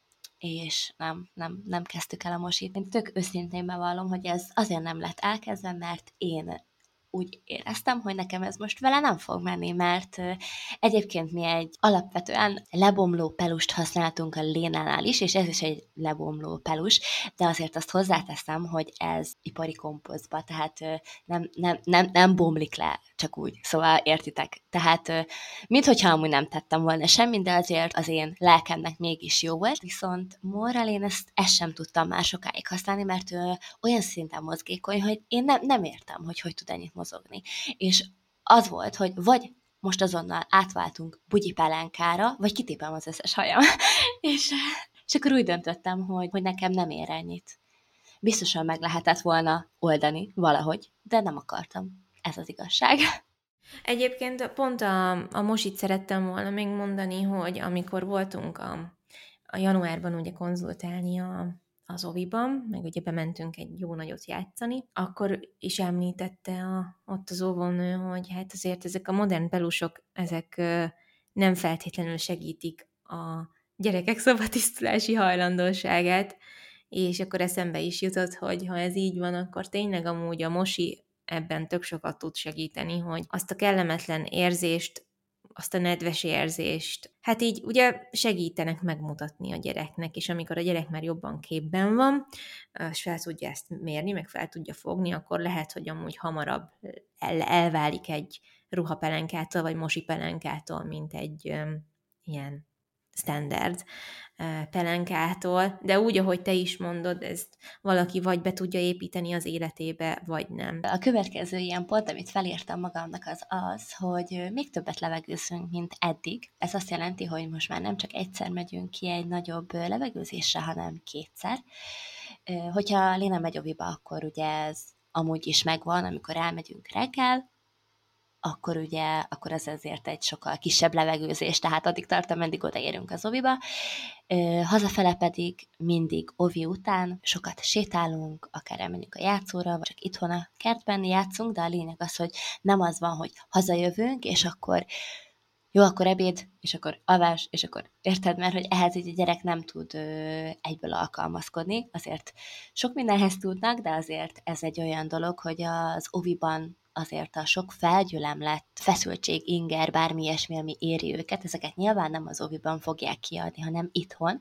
és nem, nem, nem kezdtük el a mosit. Én tök őszintén bevallom, hogy ez azért nem lett elkezdve, mert én úgy éreztem, hogy nekem ez most vele nem fog menni, mert egyébként mi egy alapvetően lebomló pelust használtunk a Lénánál is, és ez is egy lebomló pelus, de azért azt hozzáteszem, hogy ez ipari kompoztba, tehát nem, nem, nem, nem bomlik le, csak úgy, szóval értitek. Tehát, minthogyha amúgy nem tettem volna semmit, de azért az én lelkemnek mégis jó volt, viszont morral én ezt, ezt sem tudtam már sokáig használni, mert ő olyan szinten mozgékony, hogy én nem, nem értem, hogy hogy tud ennyit mozogni. És az volt, hogy vagy most azonnal átváltunk bugyipelenkára, vagy kitépem az összes hajam. és, és akkor úgy döntöttem, hogy, hogy nekem nem ér ennyit. Biztosan meg lehetett volna oldani valahogy, de nem akartam. Ez az igazság. Egyébként pont a, a mosit szerettem volna még mondani, hogy amikor voltunk a, a januárban ugye konzultálni a, az oviban, meg ugye bementünk egy jó nagyot játszani, akkor is említette a, ott az óvónő, hogy hát azért ezek a modern pelusok, ezek ö, nem feltétlenül segítik a gyerekek szobatisztulási hajlandóságát, és akkor eszembe is jutott, hogy ha ez így van, akkor tényleg amúgy a mosi ebben tök sokat tud segíteni, hogy azt a kellemetlen érzést, azt a nedves érzést, hát így ugye segítenek megmutatni a gyereknek, és amikor a gyerek már jobban képben van, és fel tudja ezt mérni, meg fel tudja fogni, akkor lehet, hogy amúgy hamarabb el, elválik egy ruhapelenkától, vagy mosipelenkától, mint egy um, ilyen standard pelenkától, de úgy, ahogy te is mondod, ezt valaki vagy be tudja építeni az életébe, vagy nem. A következő ilyen pont, amit felírtam magamnak, az az, hogy még többet levegőzünk, mint eddig. Ez azt jelenti, hogy most már nem csak egyszer megyünk ki egy nagyobb levegőzésre, hanem kétszer. Hogyha Léna megy oviba, akkor ugye ez amúgy is megvan, amikor elmegyünk reggel, akkor ugye, akkor ez ezért egy sokkal kisebb levegőzés, tehát addig tart, ameddig odaérünk az oviba. Hazafele pedig mindig ovi után sokat sétálunk, akár elmenjünk a játszóra, vagy csak itthon a kertben játszunk, de a lényeg az, hogy nem az van, hogy hazajövünk, és akkor jó, akkor ebéd, és akkor alvás, és akkor érted, mert hogy ehhez így a gyerek nem tud ö, egyből alkalmazkodni, azért sok mindenhez tudnak, de azért ez egy olyan dolog, hogy az oviban azért a sok felgyülemlett feszültség, inger, bármi ilyesmi, ami éri őket, ezeket nyilván nem az oviban fogják kiadni, hanem itthon,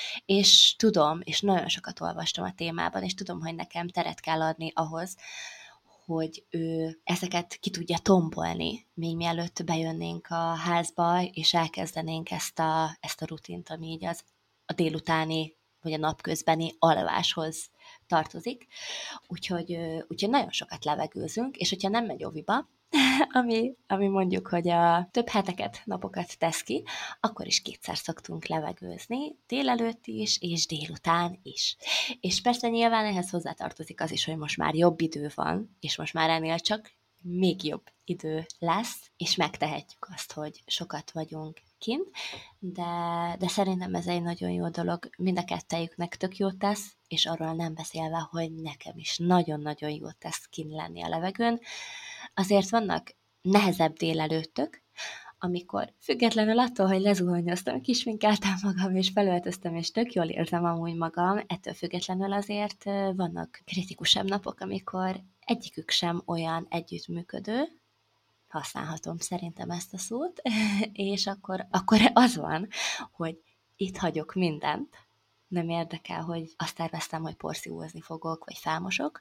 és tudom, és nagyon sokat olvastam a témában, és tudom, hogy nekem teret kell adni ahhoz, hogy ő ezeket ki tudja tombolni, még mielőtt bejönnénk a házba, és elkezdenénk ezt a, ezt a rutint, ami így az, a délutáni, vagy a napközbeni alváshoz tartozik. Úgyhogy, úgyhogy nagyon sokat levegőzünk, és hogyha nem megy oviba, ami, ami mondjuk, hogy a több heteket, napokat tesz ki, akkor is kétszer szoktunk levegőzni, délelőtt is, és délután is. És persze nyilván ehhez hozzátartozik az is, hogy most már jobb idő van, és most már ennél csak még jobb idő lesz, és megtehetjük azt, hogy sokat vagyunk kint, de, de szerintem ez egy nagyon jó dolog, mind a kettejüknek tök jót tesz, és arról nem beszélve, hogy nekem is nagyon-nagyon jót tesz kint lenni a levegőn. Azért vannak nehezebb délelőttök, amikor függetlenül attól, hogy lezuhanyoztam, kisminkáltam magam, és felöltöztem, és tök jól érzem amúgy magam, ettől függetlenül azért vannak kritikusabb napok, amikor egyikük sem olyan együttműködő, használhatom szerintem ezt a szót, és akkor, akkor az van, hogy itt hagyok mindent, nem érdekel, hogy azt terveztem, hogy porszívózni fogok, vagy felmosok,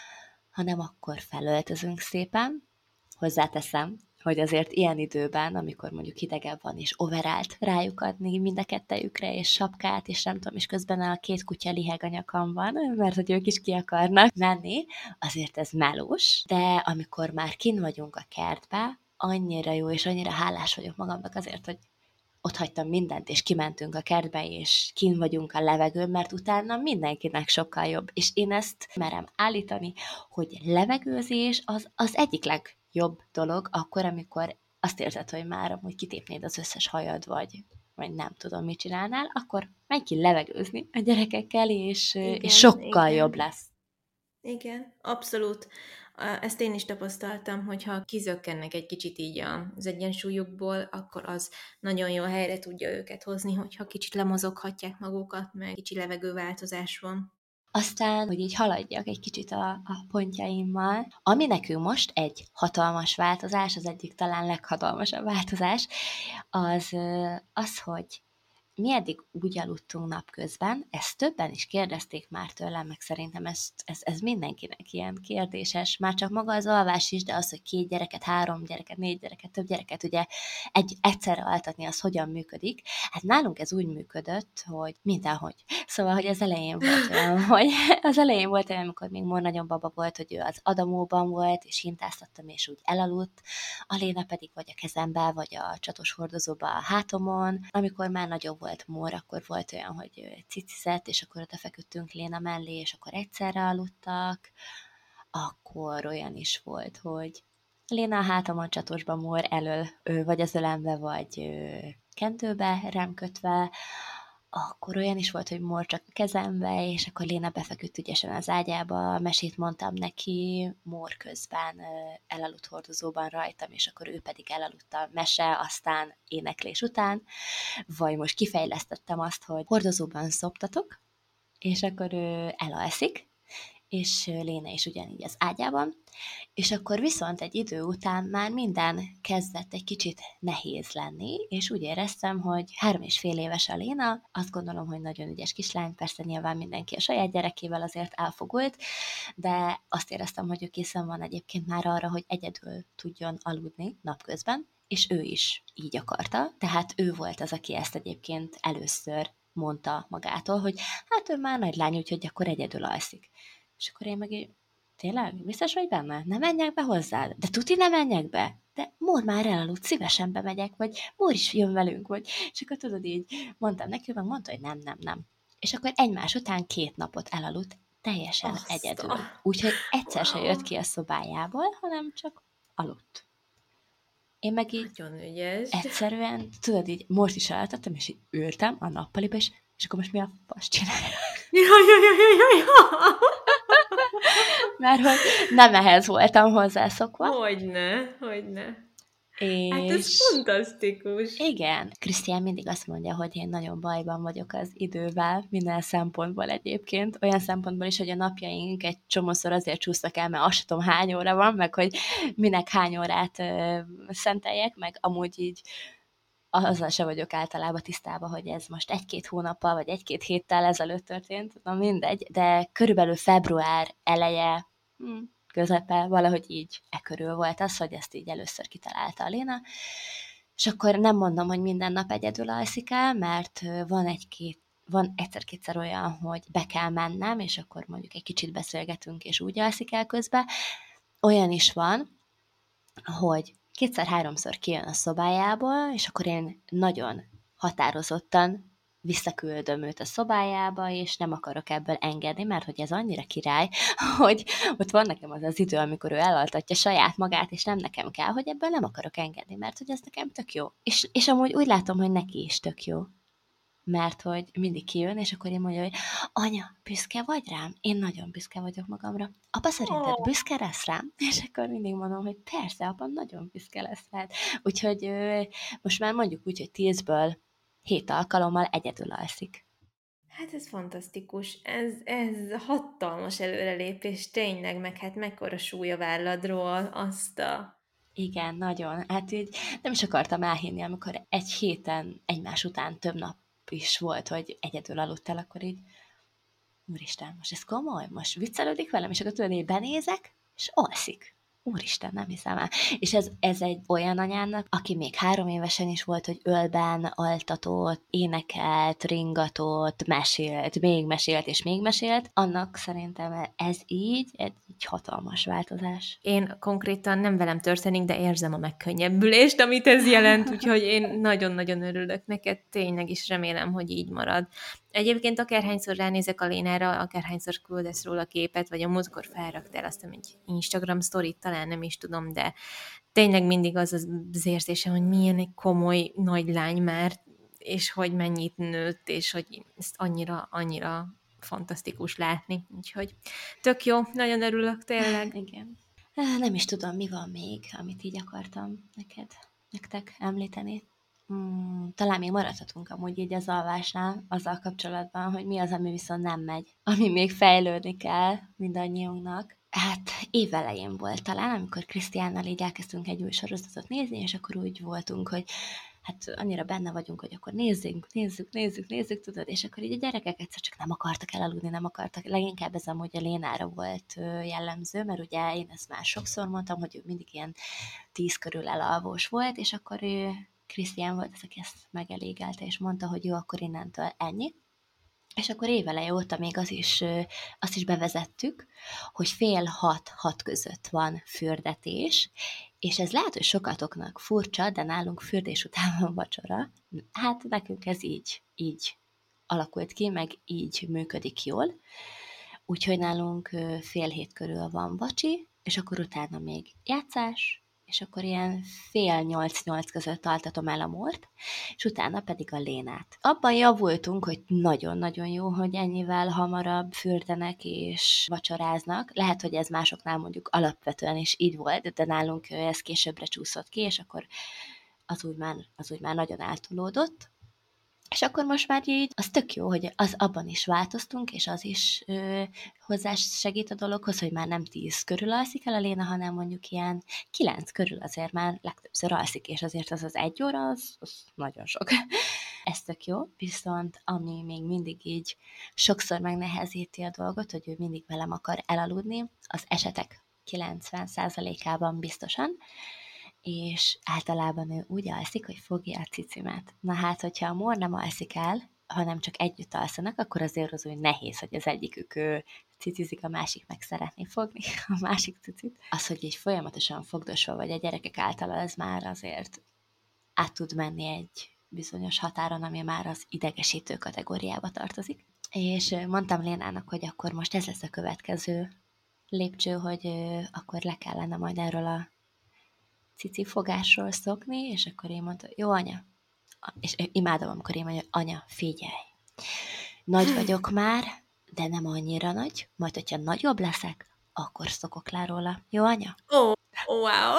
hanem akkor felöltözünk szépen. Hozzáteszem, hogy azért ilyen időben, amikor mondjuk hidegebb van, és overált rájuk adni mind a kettejükre, és sapkát, és nem tudom, és közben a két kutya liheg a nyakamban, mert hogy ők is ki akarnak menni, azért ez melós, de amikor már kint vagyunk a kertbe, annyira jó, és annyira hálás vagyok magamnak azért, hogy ott hagytam mindent, és kimentünk a kertbe, és kint vagyunk a levegőn, mert utána mindenkinek sokkal jobb. És én ezt merem állítani, hogy levegőzés az, az egyik legjobb dolog akkor, amikor azt érzed, hogy már amúgy kitépnéd az összes hajad, vagy, vagy nem tudom, mit csinálnál, akkor menj ki levegőzni a gyerekekkel, és, Igen, és sokkal igen. jobb lesz. Igen, abszolút. Ezt én is tapasztaltam, hogyha kizökkennek egy kicsit így az egyensúlyukból, akkor az nagyon jó helyre tudja őket hozni, hogyha kicsit lemozoghatják magukat, meg kicsi levegőváltozás van. Aztán, hogy így haladjak egy kicsit a, a pontjaimmal, ami nekünk most egy hatalmas változás, az egyik talán leghatalmasabb változás, az az, hogy mi eddig úgy aludtunk napközben, ezt többen is kérdezték már tőlem, meg szerintem ez, ez, ez mindenkinek ilyen kérdéses, már csak maga az alvás is, de az, hogy két gyereket, három gyereket, négy gyereket, több gyereket, ugye egy, egyszerre altatni, az hogyan működik. Hát nálunk ez úgy működött, hogy mindenhogy. Szóval, hogy az elején volt olyan, hogy az elején volt olyan, amikor még Mor nagyon baba volt, hogy ő az Adamóban volt, és hintáztattam, és úgy elaludt, a Léna pedig vagy a kezembe, vagy a csatos hordozóba a hátomon. Amikor már nagyobb volt Mór, akkor volt olyan, hogy cicizett, és akkor oda feküdtünk Léna mellé, és akkor egyszerre aludtak. Akkor olyan is volt, hogy Léna a hátamon csatosba, Mór elől, vagy az ölembe, vagy kentőbe rám kötve. Akkor olyan is volt, hogy Mór csak a kezembe, és akkor Léna befeküdt ügyesen az ágyába, mesét mondtam neki, Mór közben elaludt hordozóban rajtam, és akkor ő pedig elaludt a mese, aztán éneklés után, vagy most kifejlesztettem azt, hogy hordozóban szoptatok, és akkor ő elalszik, és Léna is ugyanígy az ágyában, és akkor viszont egy idő után már minden kezdett egy kicsit nehéz lenni, és úgy éreztem, hogy három és fél éves a Léna, azt gondolom, hogy nagyon ügyes kislány, persze nyilván mindenki a saját gyerekével azért elfogult, de azt éreztem, hogy ő készen van egyébként már arra, hogy egyedül tudjon aludni napközben, és ő is így akarta, tehát ő volt az, aki ezt egyébként először mondta magától, hogy hát ő már nagy lány, úgyhogy akkor egyedül alszik. És akkor én meg így, tényleg? Biztos vagy benne? Nem menjek be hozzád? De tuti nem menjek be? De Mór már elaludt, szívesen bemegyek, vagy Mór is jön velünk, vagy... És akkor tudod így, mondtam neki, meg mondta, hogy nem, nem, nem. És akkor egymás után két napot elaludt, teljesen Azt egyedül. a... Úgyhogy egyszer wow. se jött ki a szobájából, hanem csak aludt. Én meg így nagyon ügyes. Egyszerűen, tudod, így most is elaltattam, és így ültem a nappaliba, és, és akkor most mi a fasz csinálja? Ja, ja, ja, ja, ja. Mert hogy nem ehhez voltam hozzászokva. Hogyne, hogyne. És... Hát ez fantasztikus. Igen. Krisztián mindig azt mondja, hogy én nagyon bajban vagyok az idővel, minden szempontból egyébként. Olyan szempontból is, hogy a napjaink egy csomószor azért csúsznak el, mert azt sem tudom hány óra van, meg hogy minek hány órát ö, szenteljek, meg amúgy így azzal se vagyok általában tisztában, hogy ez most egy-két hónappal, vagy egy-két héttel ezelőtt történt, na mindegy, de körülbelül február eleje, hm, közepe, valahogy így e körül volt az, hogy ezt így először kitalálta a Léna, és akkor nem mondom, hogy minden nap egyedül alszik el, mert van egy-két van egyszer-kétszer olyan, hogy be kell mennem, és akkor mondjuk egy kicsit beszélgetünk, és úgy alszik el közben. Olyan is van, hogy kétszer-háromszor kijön a szobájából, és akkor én nagyon határozottan visszaküldöm őt a szobájába, és nem akarok ebből engedni, mert hogy ez annyira király, hogy ott van nekem az az idő, amikor ő elaltatja saját magát, és nem nekem kell, hogy ebből nem akarok engedni, mert hogy ez nekem tök jó. És, és amúgy úgy látom, hogy neki is tök jó, mert hogy mindig kijön, és akkor én mondja, hogy anya, büszke vagy rám? Én nagyon büszke vagyok magamra. Apa, szerinted Ó, büszke lesz rám? És akkor mindig mondom, hogy persze, apa nagyon büszke lesz rád. Úgyhogy ö, most már mondjuk úgy, hogy tízből hét alkalommal egyedül alszik. hát ez fantasztikus. Ez, ez hatalmas előrelépés, tényleg, meg hát mekkora súly a válladról, azt a... Igen, nagyon. Hát így nem is akartam elhinni, amikor egy héten egymás után több nap is volt, hogy egyedül aludtál, akkor így úristen, most ez komoly? Most viccelődik velem? És akkor tudod, hogy benézek, és alszik. Úristen, nem hiszem el. És ez, ez egy olyan anyának, aki még három évesen is volt, hogy ölben altatott, énekelt, ringatott, mesélt, még mesélt, és még mesélt, annak szerintem ez így egy, egy hatalmas változás. Én konkrétan nem velem történik, de érzem a megkönnyebbülést, amit ez jelent, úgyhogy én nagyon-nagyon örülök neked, tényleg is remélem, hogy így marad. Egyébként akárhányszor ránézek a Lénára, akárhányszor küldesz róla képet, vagy a múltkor felraktál azt egy Instagram sztorit, talán nem is tudom, de tényleg mindig az az érzésem, hogy milyen egy komoly nagy lány már, és hogy mennyit nőtt, és hogy ezt annyira, annyira fantasztikus látni. Úgyhogy tök jó, nagyon örülök tényleg. Igen. Ah, nem is tudom, mi van még, amit így akartam neked, nektek említeni. Hmm, talán még maradhatunk amúgy így az alvásnál, azzal kapcsolatban, hogy mi az, ami viszont nem megy, ami még fejlődni kell mindannyiunknak. Hát évelején volt talán, amikor Krisztiánnal így elkezdtünk egy új sorozatot nézni, és akkor úgy voltunk, hogy hát annyira benne vagyunk, hogy akkor nézzünk, nézzük, nézzük, nézzük, tudod, és akkor így a gyerekek egyszer csak nem akartak elaludni, nem akartak, leginkább ez amúgy a Lénára volt jellemző, mert ugye én ezt már sokszor mondtam, hogy ő mindig ilyen tíz körül elalvós volt, és akkor ő, Krisztián volt az, aki ezt megelégelte, és mondta, hogy jó, akkor innentől ennyi. És akkor éveleje óta még az is, azt is bevezettük, hogy fél hat-hat között van fürdetés, és ez lehet, hogy sokatoknak furcsa, de nálunk fürdés után van vacsora. Hát nekünk ez így, így alakult ki, meg így működik jól. Úgyhogy nálunk fél hét körül van vacsi, és akkor utána még játszás, és akkor ilyen fél nyolc-nyolc között altatom el a Mort, és utána pedig a Lénát. Abban javultunk, hogy nagyon-nagyon jó, hogy ennyivel hamarabb fürdenek és vacsoráznak. Lehet, hogy ez másoknál mondjuk alapvetően is így volt, de nálunk ez későbbre csúszott ki, és akkor az úgy már, az úgy már nagyon eltolódott. És akkor most már így, az tök jó, hogy az abban is változtunk, és az is ö, hozzá segít a dologhoz, hogy már nem tíz körül alszik el a Léna, hanem mondjuk ilyen kilenc körül azért már legtöbbször alszik, és azért az az egy óra, az, az nagyon sok. Ez tök jó, viszont ami még mindig így sokszor megnehezíti a dolgot, hogy ő mindig velem akar elaludni, az esetek kilencven százalékában biztosan, és általában ő úgy alszik, hogy fogja a cicimet. Na hát, hogyha a Mór nem alszik el, hanem csak együtt alszanak, akkor azért az úgy nehéz, hogy az egyikük ő cicizik, a másik meg szeretné fogni a másik cicit. Az, hogy így folyamatosan fogdosva vagy a gyerekek által, az már azért át tud menni egy bizonyos határon, ami már az idegesítő kategóriába tartozik. És mondtam Lénának, hogy akkor most ez lesz a következő lépcső, hogy akkor le kellene majd erről a cici fogásról szokni, és akkor én mondtam, jó anya, és imádom, amikor én mondom, anya, figyelj, nagy vagyok már, de nem annyira nagy, majd, hogyha nagyobb leszek, akkor szokok le róla. Jó, anya? Ó, oh, wow!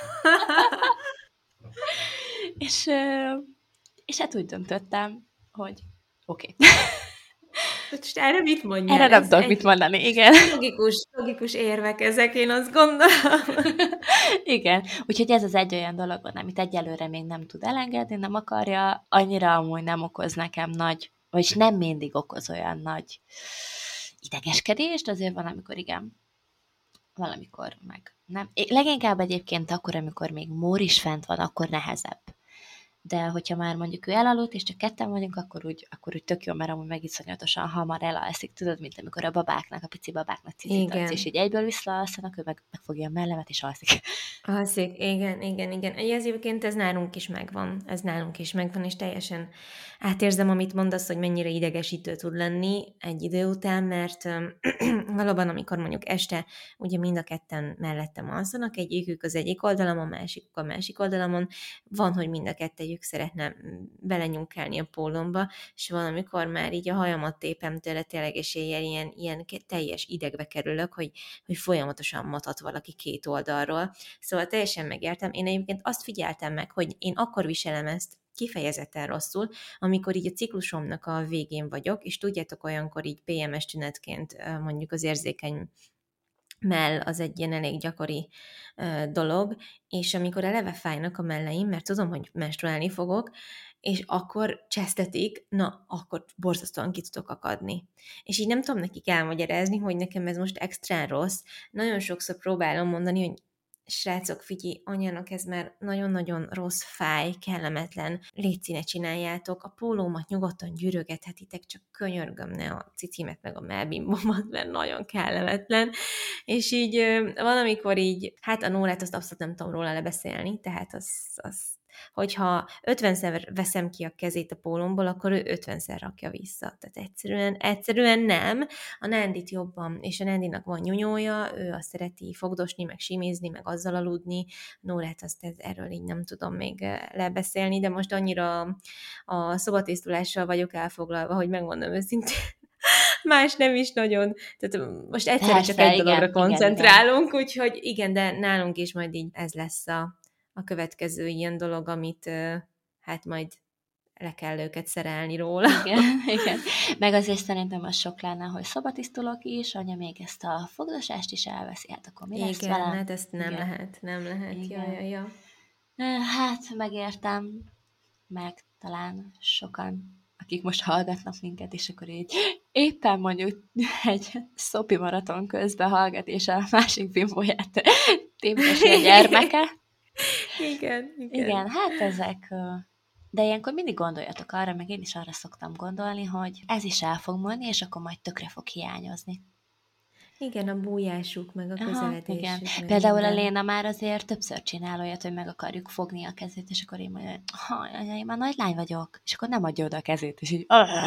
és, és hát úgy döntöttem, hogy oké. Okay. Most erre mit mondjál? Erre nem tudok mit mondani, igen. Logikus, logikus érvek ezek, én azt gondolom. Igen, úgyhogy ez az egy olyan dolog van, amit egyelőre még nem tud elengedni, nem akarja, annyira amúgy nem okoz nekem nagy, vagyis nem mindig okoz olyan nagy idegeskedést, azért van, amikor igen, valamikor meg nem. Leginkább egyébként akkor, amikor még Mór is fent van, akkor nehezebb. de hogyha már mondjuk ő elaludt, és csak ketten vagyunk, akkor úgy, akkor úgy tök jó, mert amúgy meg iszonyatosan hamar elalszik, tudod, mint amikor a babáknak, a pici babáknak cicit adsz, és Igen. így egyből visszaalszanak, ő meg megfogja a mellemet, és alszik. Alszik, igen, igen, igen. Ez egyébként ez nálunk is megvan. Ez nálunk is megvan, és teljesen átérzem, amit mondasz, hogy mennyire idegesítő tud lenni egy idő után, mert öm, valóban, amikor mondjuk este ugye mind a ketten mellettem alszanak, egyikük az egyik oldalamon, másikuk a másik oldalamon, van, hogy mind a kettejük szeretne belenyúlkálni a pólomba, és valamikor már így a hajamat tépem tőle tényleg, és ilyen, ilyen, ilyen teljes idegbe kerülök, hogy, hogy folyamatosan matat valaki két oldalról. Szóval teljesen megértem. Én egyébként azt figyeltem meg, hogy én akkor viselem ezt kifejezetten rosszul, amikor így a ciklusomnak a végén vagyok, és tudjátok, olyankor így pé em es tünetként mondjuk az érzékeny mell az egy ilyen elég gyakori uh, dolog, és amikor eleve fájnak a melleim, mert tudom, hogy menstruálni fogok, és akkor csesztetik, na, akkor borzasztóan ki tudok akadni. És így nem tudom nekik elmagyarázni, hogy nekem ez most extrán rossz. Nagyon sokszor próbálom mondani, hogy srácok, figyelj, anyának ez már nagyon-nagyon rossz, fáj, kellemetlen, légy ne csináljátok, a pólómat nyugodtan gyűrögethetitek, csak könyörgöm, ne a cicimet meg a melbimbomat, mert nagyon kellemetlen. És így valamikor így, hát a Nórát azt abszolút nem tudom róla lebeszélni, tehát az, az hogyha ötvenszer veszem ki a kezét a pólomból, akkor ő ötvenszer rakja vissza. Tehát egyszerűen, egyszerűen nem. A Nándit jobban, és a Nándinak van nyúnyója, ő azt szereti fogdosni, meg simézni, meg azzal aludni. Nórát azt ez, erről így nem tudom még lebeszélni, de most annyira a szobatisztulással vagyok elfoglalva, hogy megmondom őszintén, más nem is nagyon. Tehát most egyszerűen Persze, csak egy igen, dologra koncentrálunk, igen, igen. úgyhogy igen, de nálunk is majd így ez lesz a, a következő ilyen dolog, amit hát majd le kell őket szerelni róla. Igen, igen. Meg azért szerintem az sok lenne, hogy szobatisztulok is, anya még ezt a fogdosást is elveszi, hát akkor mi igen, lesz vele? hát ezt nem Igen. lehet, nem lehet. Igen. Ja, ja, ja. Hát, megértem, meg talán sokan, akik most hallgatnak minket, és akkor így éppen mondjuk egy szopi maraton közben hallgat, és a másik bimbóját tépgesi a gyermeke. Igen, igen. Igen, hát ezek... De ilyenkor mindig gondoljatok arra, meg én is arra szoktam gondolni, hogy ez is el fog múlni, és akkor majd tökre fog hiányozni. Igen, a bújásuk, meg a Aha, közeledésük. igen. Meg Például minden. a Léna már azért többször csinál olyat, hogy meg akarjuk fogni a kezét, és akkor én mondja, hogy ha, anya, én már nagy lány vagyok, és akkor nem adja oda a kezét, és így...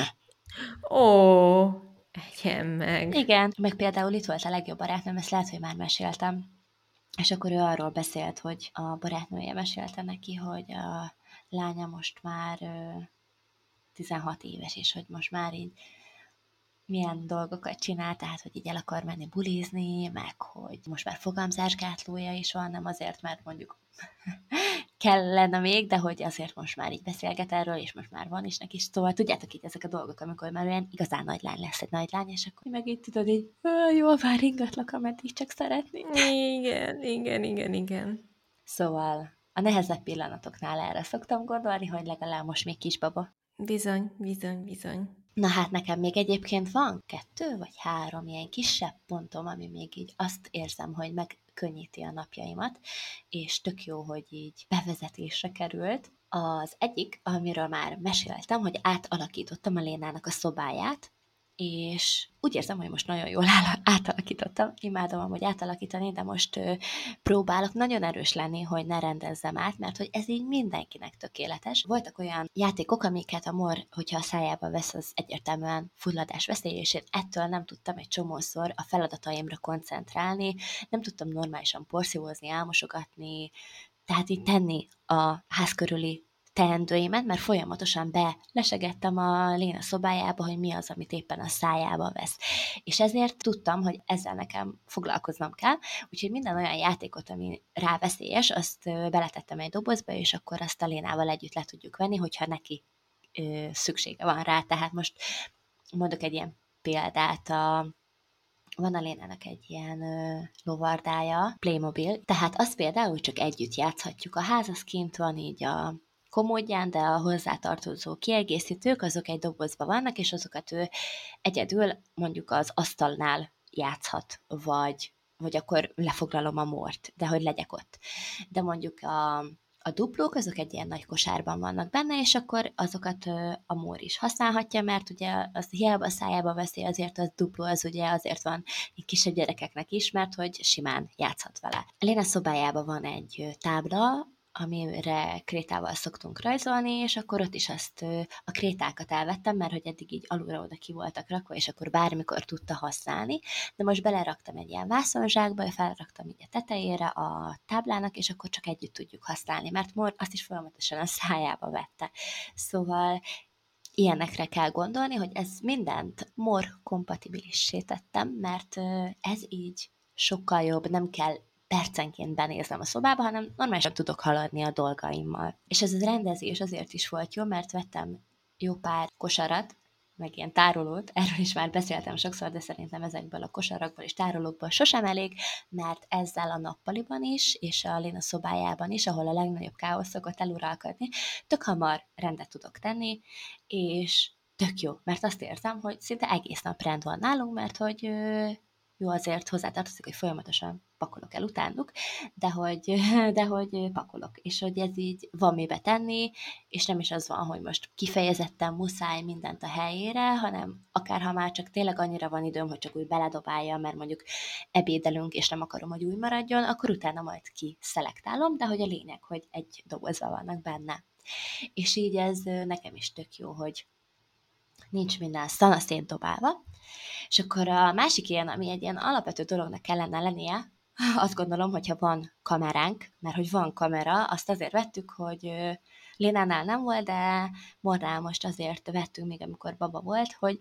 Ó, egyen meg. Igen, meg például itt volt a legjobb barátnőm, ezt lehet, hogy már meséltem, és akkor ő arról beszélt, hogy a barátnője mesélte neki, hogy a lánya most már tizenhat éves, és hogy most már így milyen dolgokat csinál, tehát, hogy így el akar menni bulizni, meg hogy most már fogamzásgátlója is van, nem azért, mert mondjuk kellene még, de hogy azért most már így beszélget erről, és most már van is neki, szóval tudjátok így ezek a dolgok, amikor már olyan igazán nagy lány lesz egy nagy lány, és akkor meg így tudod így, jól vár ringatlak, ameddig csak szeretnék. Igen, igen, igen, igen. Szóval a nehezebb pillanatoknál erre szoktam gondolni, hogy legalább most még kisbaba. Bizony, bizony, bizony. Na hát nekem még egyébként van kettő vagy három ilyen kisebb pontom, ami még így azt érzem, hogy megkönnyíti a napjaimat, és tök jó, hogy így bevezetésre került. Az egyik, amiről már meséltem, hogy átalakítottam a Lénának a szobáját, és úgy érzem, hogy most nagyon jól áll, átalakítottam. Imádom amúgy átalakítani, de most ö, próbálok nagyon erős lenni, hogy ne rendezzem át, mert hogy ez így mindenkinek tökéletes. Voltak olyan játékok, amiket a Mor, hogyha a szájába vesz, az egyértelműen fulladás veszély, és én ettől nem tudtam egy csomószor a feladataimra koncentrálni, nem tudtam normálisan porszívózni, elmosogatni, tehát így tenni a ház körüli teendőimet, mert folyamatosan belesegettem a Léna szobájába, hogy mi az, amit éppen a szájába vesz. És ezért tudtam, hogy ezzel nekem foglalkoznom kell, úgyhogy minden olyan játékot, ami rá veszélyes, azt beletettem egy dobozba, és akkor azt a Lénával együtt le tudjuk venni, hogyha neki ö, szüksége van rá. Tehát most mondok egy ilyen példát, a van a Lénának egy ilyen ö, lovardája, Playmobil, tehát azt például csak együtt játszhatjuk. A ház az kint van így a komódján, de a hozzátartozó kiegészítők, azok egy dobozban vannak, és azokat ő egyedül mondjuk az asztalnál játszhat, vagy, vagy akkor lefoglalom a Mort, de hogy legyek ott. De mondjuk a A duplók azok egy ilyen nagy kosárban vannak benne, és akkor azokat a mór is használhatja, mert ugye az hiába a szájába veszi, azért az dupló az ugye azért van kisebb gyerekeknek is, mert hogy simán játszhat vele. Léna szobájában van egy tábla, amire krétával szoktunk rajzolni, és akkor ott is azt a krétákat elvettem, mert hogy eddig így alulra oda ki voltak rakva, és akkor bármikor tudta használni, de most beleraktam egy ilyen vászonzsákba, felraktam így a tetejére a táblának, és akkor csak együtt tudjuk használni, mert Mor azt is folyamatosan a szájába vette. Szóval ilyenekre kell gondolni, hogy ez mindent Mor kompatibilissé tettem, mert ez így sokkal jobb, nem kell percenként benéznem a szobába, hanem normálisan tudok haladni a dolgaimmal. És ez a rendezés azért is volt jó, mert vettem jó pár kosarat, meg ilyen tárolót, erről is már beszéltem sokszor, de szerintem ezekből a kosarakból és tárolókból sosem elég, mert ezzel a nappaliban is, és a Léna szobájában is, ahol a legnagyobb káosz szokott eluralkodni, tök hamar rendet tudok tenni, és tök jó, mert azt érzem, hogy szinte egész nap rend van nálunk, mert hogy jó, azért hozzátartozik, hogy folyamatosan pakolok el utánuk, de hogy, de hogy pakolok, és hogy ez így van mibe tenni, és nem is az van, hogy most kifejezetten muszáj mindent a helyére, hanem akár ha már csak tényleg annyira van időm, hogy csak úgy beledobálja, mert mondjuk ebédelünk, és nem akarom, hogy úgy maradjon, akkor utána majd kiszelektálom, de hogy a lényeg, hogy egy dobozban vannak benne. És így ez nekem is tök jó, hogy nincs minden szana szétdobálva. És akkor a másik ilyen, ami egy ilyen alapvető dolognak kellene lennie, azt gondolom, hogyha van kameránk, mert hogy van kamera, azt azért vettük, hogy Lénánál nem volt, de Mornál most azért vettünk, még amikor baba volt, hogy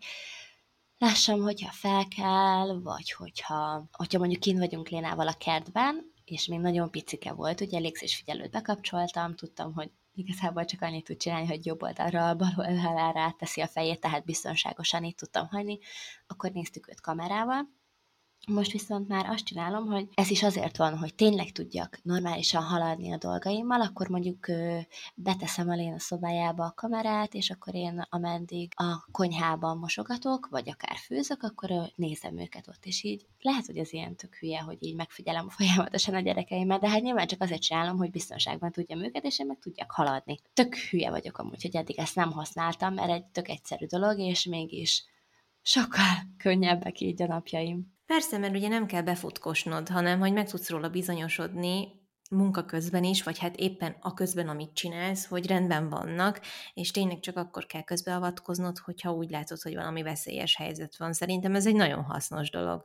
lássam, hogyha fel kell, vagy hogyha, hogyha mondjuk kint vagyunk Lénával a kertben, és még nagyon picike volt, ugye légzés figyelőt bekapcsoltam, tudtam, hogy igazából csak annyit tud csinálni, hogy jobb oldalra, bal oldalra teszi a fejét, tehát biztonságosan így tudtam hagyni, akkor néztük őt kamerával. Most viszont már azt csinálom, hogy ez is azért van, hogy tényleg tudjak normálisan haladni a dolgaimmal, akkor mondjuk beteszem a Léna szobájába a kamerát, és akkor én ameddig a konyhában mosogatok, vagy akár főzök, akkor nézem őket ott, és így lehet, hogy ez ilyen tök hülye, hogy így megfigyelem folyamatosan a gyerekeimet, de hát nyilván csak azért csinálom, hogy biztonságban tudjam őket, és én meg tudjak haladni. Tök hülye vagyok amúgy, hogy eddig ezt nem használtam, mert egy tök egyszerű dolog, és mégis sokkal könnyebbek így a napjaim. Persze, mert ugye nem kell befutkosnod, hanem hogy meg tudsz róla bizonyosodni munka közben is, vagy hát éppen a közben, amit csinálsz, hogy rendben vannak, és tényleg csak akkor kell közbeavatkoznod, hogyha úgy látod, hogy valami veszélyes helyzet van. Szerintem ez egy nagyon hasznos dolog.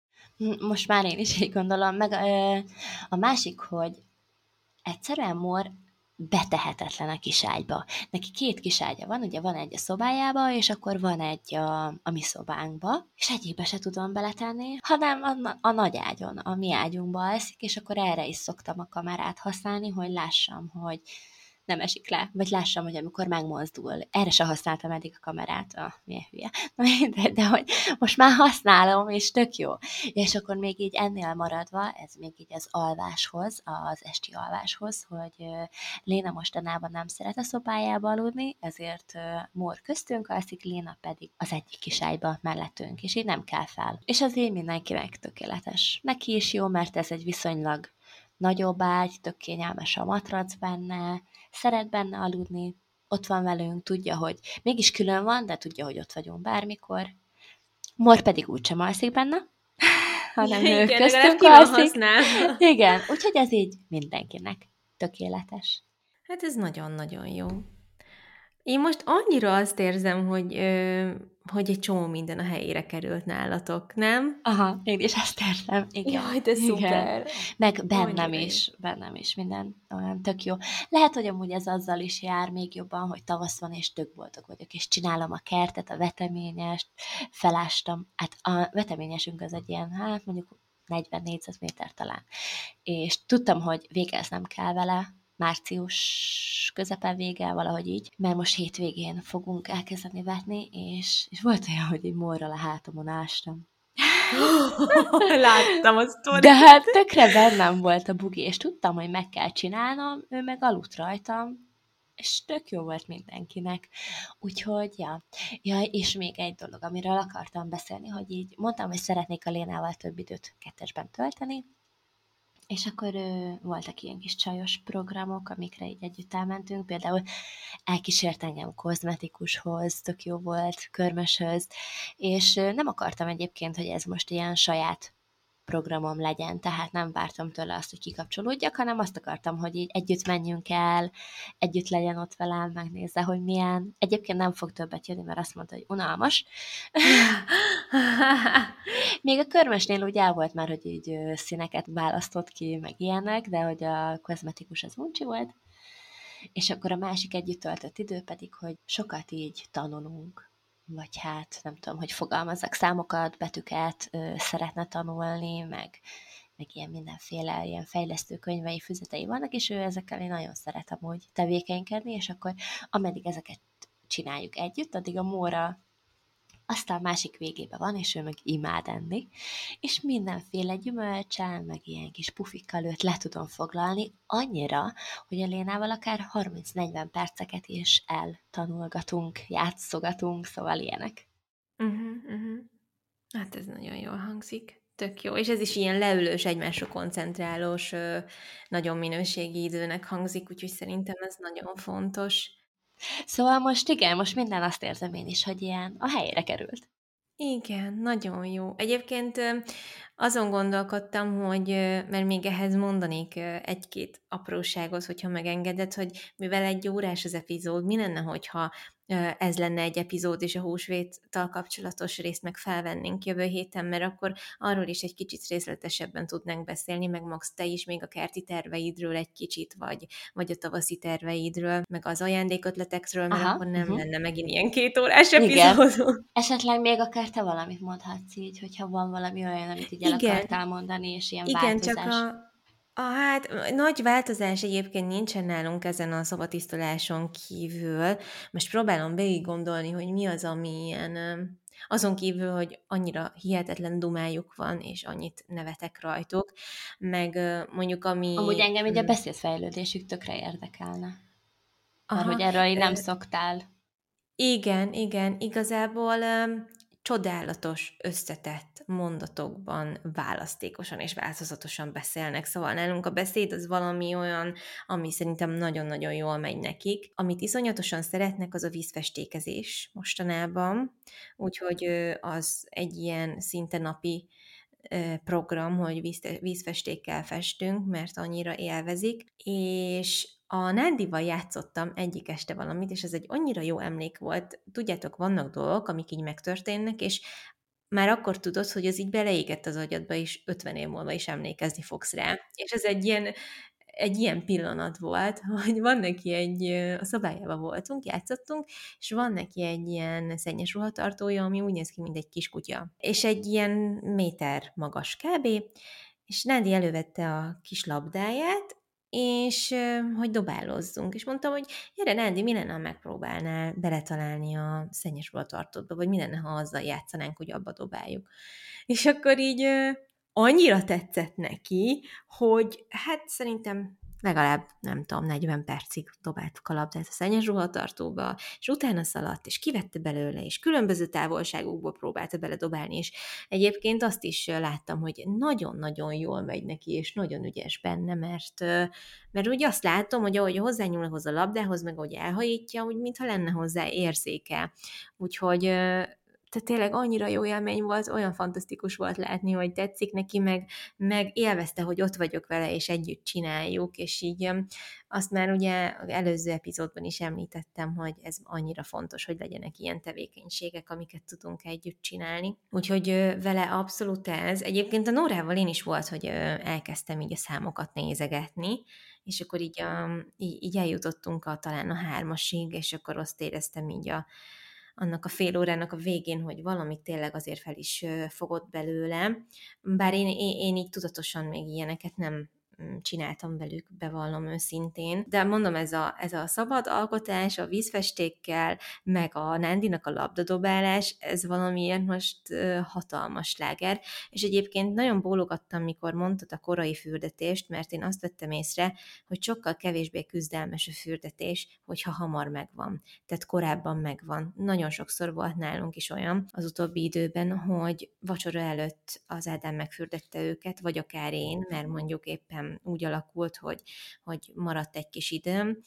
Most már én is így gondolom, meg a másik, hogy egyszerűen Mor betehetetlen a kiságyba. Neki két kiságya van, ugye van egy a szobájába, és akkor van egy a, a mi szobánkba, és egyikbe se tudom beletenni, hanem a, a nagy ágyon, a mi ágyunkba alszik, és akkor erre is szoktam a kamerát használni, hogy lássam, hogy nem esik le, vagy lássam, hogy amikor megmozdul. Erre se használtam eddig a kamerát, ah, milyen hülye. De, de hogy most már használom, és tök jó. És akkor még így ennél maradva, ez még így az alváshoz, az esti alváshoz, hogy Léna mostanában nem szeret a szobájába aludni, ezért Mor köztünk alszik, Léna pedig az egyik kis ágyba mellettünk, és így nem kell fel. És az így mindenkinek tökéletes. Neki is jó, mert ez egy viszonylag nagyobb ágy, tök kényelmes a matrac benne, szeret benne aludni, ott van velünk, tudja, hogy mégis külön van, de tudja, hogy ott vagyunk bármikor. Mor pedig úgysem alszik benne, hanem ő köztünk alszik. Igen, úgyhogy ez így mindenkinek tökéletes. Hát ez nagyon-nagyon jó. Én most annyira azt érzem, hogy, ö, hogy egy csomó minden a helyére került nálatok, nem? Aha, én is ezt érzem. Igen. Jaj, de szuper. Igen. Meg bennem is, bennem is minden olyan tök jó. Lehet, hogy amúgy ez azzal is jár még jobban, hogy tavasz van, és tök boldog vagyok, és csinálom a kertet, a veteményest, felástam. Hát a veteményesünk az egy ilyen, hát mondjuk negyven négyzetméter talán. És tudtam, hogy végeznem kell vele, március közepen vége, valahogy így, mert most hétvégén fogunk elkezdeni vetni, és, és volt olyan, hogy így Morral a hátamon ástam. Láttam a sztorit. De hát tökre bennem volt a bugi, és tudtam, hogy meg kell csinálnom, ő meg aludt rajtam, és tök jó volt mindenkinek. Úgyhogy, ja. ja. És még egy dolog, amiről akartam beszélni, hogy így mondtam, hogy szeretnék a Lénával több időt kettesben tölteni, És akkor ö, voltak ilyen kis csajos programok, amikre így együtt elmentünk, például elkísért engem kozmetikushoz, tök jó volt, körmöshöz, és ö, nem akartam egyébként, hogy ez most ilyen saját programom legyen, tehát nem vártam tőle azt, hogy kikapcsolódjak, hanem azt akartam, hogy így együtt menjünk el, együtt legyen ott velem, megnézze, hogy milyen. Egyébként nem fog többet jönni, mert azt mondta, hogy unalmas. Még a körmösnél úgy el volt már, hogy így ö, színeket választott ki, meg ilyenek, de hogy a kozmetikus az uncsi volt, és akkor a másik együtt töltött idő pedig, hogy sokat így tanulunk, vagy hát nem tudom, hogy fogalmazzak számokat, betűket ö, szeretne tanulni, meg, meg ilyen mindenféle ilyen fejlesztő könyvei, füzetei vannak, és ő ezekkel én nagyon szeretem úgy tevékenykedni, és akkor ameddig ezeket csináljuk együtt, addig a Móra aztán másik végében van, és ő meg imád enni, és mindenféle gyümölcsel, meg ilyen kis pufikkal őt le tudom foglalni, annyira, hogy a Lénával akár harminc-negyven perceket is eltanulgatunk, játszogatunk, szóval ilyenek. Uh-huh, uh-huh. Hát ez nagyon jól hangzik. Tök jó. És ez is ilyen leülős, egymásra koncentrálós, ö, nagyon minőségi időnek hangzik, úgyhogy szerintem ez nagyon fontos. Szóval most igen, most minden azt érzem én is, hogy ilyen a helyére került. Igen, nagyon jó. Egyébként ö, azon gondolkodtam, hogy, ö, mert még ehhez mondanék ö, egy-két apróságot, hogyha megengeded, hogy mivel egy órás az epizód, mi lenne, hogyha ö, ez lenne egy epizód, és a húsvéttal kapcsolatos részt meg felvennénk jövő héten, mert akkor arról is egy kicsit részletesebben tudnánk beszélni, meg Max, te is még a kerti terveidről egy kicsit, vagy, vagy a tavaszi terveidről, meg az ajándékötletekről, mert Aha, akkor nem uh-huh. lenne megint ilyen két órás Igen. epizódunk. Esetleg még akár te valamit mondhatsz így, hogyha van valami olyan, amit így el Igen, akartál mondani, és ilyen igen, csak változás. a, a hát nagy változás egyébként nincsen nálunk ezen a szobatisztuláson kívül. Most próbálom végig gondolni, hogy mi az, ami ilyen, ö, azon kívül, hogy annyira hihetetlen dumájuk van, és annyit nevetek rajtuk, meg ö, mondjuk Amúgy ami... engem így a mm, beszédfejlődésük tökre érdekelne. Mert hogy Aha, erről így ö, nem szoktál. igen, igen, igazából öm, csodálatos, összetett mondatokban választékosan és változatosan beszélnek, szóval nálunk a beszéd az valami olyan, ami szerintem nagyon-nagyon jól megy nekik. Amit iszonyatosan szeretnek, az a vízfestékezés mostanában, úgyhogy ö, az egy ilyen szinte napi ö, program, hogy víz, vízfestékkel festünk, mert annyira élvezik, és a Nándival játszottam egyik este valamit, és ez egy annyira jó emlék volt. Tudjátok, vannak dolgok, amik így megtörténnek, és már akkor tudod, hogy az így beleégett az agyadba, és ötven év múlva is emlékezni fogsz rá. És ez egy ilyen, egy ilyen pillanat volt, hogy van neki egy, a szobájában voltunk, játszottunk, és van neki egy ilyen szennyes ruhatartója, ami úgy néz ki, mint egy kiskutya. És egy ilyen méter magas kb., és Nándi elővette a kis labdáját, és ö, hogy dobálozzunk. És mondtam, hogy gyere, Nándi, mi lenne, ha megpróbálnál beletalálni a szennyes ruhatartódba, vagy mi lenne, ha azzal játszanánk, hogy abba dobáljuk. És akkor így ö, annyira tetszett neki, hogy hát szerintem legalább, nem tudom, negyven percig dobáltuk a labdát a szennyes ruhatartóba, és utána szaladt, és kivette belőle, és különböző távolságokból próbálta beledobálni, és egyébként azt is láttam, hogy nagyon-nagyon jól megy neki, és nagyon ügyes benne, mert, mert úgy azt látom, hogy ahogy hozzányúl ahhoz a labdához, meg ahogy elhajítja, úgy mintha lenne hozzá érzéke. Úgyhogy tehát tényleg annyira jó élmény volt, olyan fantasztikus volt látni, hogy tetszik neki, meg, meg élvezte, hogy ott vagyok vele, és együtt csináljuk, és így azt már ugye az előző epizódban is említettem, hogy ez annyira fontos, hogy legyenek ilyen tevékenységek, amiket tudunk együtt csinálni. Úgyhogy vele abszolút ez. Egyébként a Nórával én is volt, hogy elkezdtem így a számokat nézegetni, és akkor így, így, így eljutottunk a, talán a hármasig, és akkor azt éreztem így a annak a fél órának a végén, hogy valamit tényleg azért fel is fogott belőle. Bár én, én, én így tudatosan még ilyeneket nem csináltam velük, bevallom őszintén. De mondom, ez a, ez a szabad alkotás, a vízfestékkel, meg a Nándinak a labdadobálás, ez valamiért most uh, hatalmas sláger, és egyébként nagyon bólogattam, mikor mondtad a korai fürdetést, mert én azt vettem észre, hogy sokkal kevésbé küzdelmes a fürdetés, hogyha hamar megvan. Tehát korábban megvan. Nagyon sokszor volt nálunk is olyan az utóbbi időben, hogy vacsora előtt az Ádám megfürdette őket, vagy akár én, mert mondjuk éppen úgy alakult, hogy, hogy maradt egy kis időm.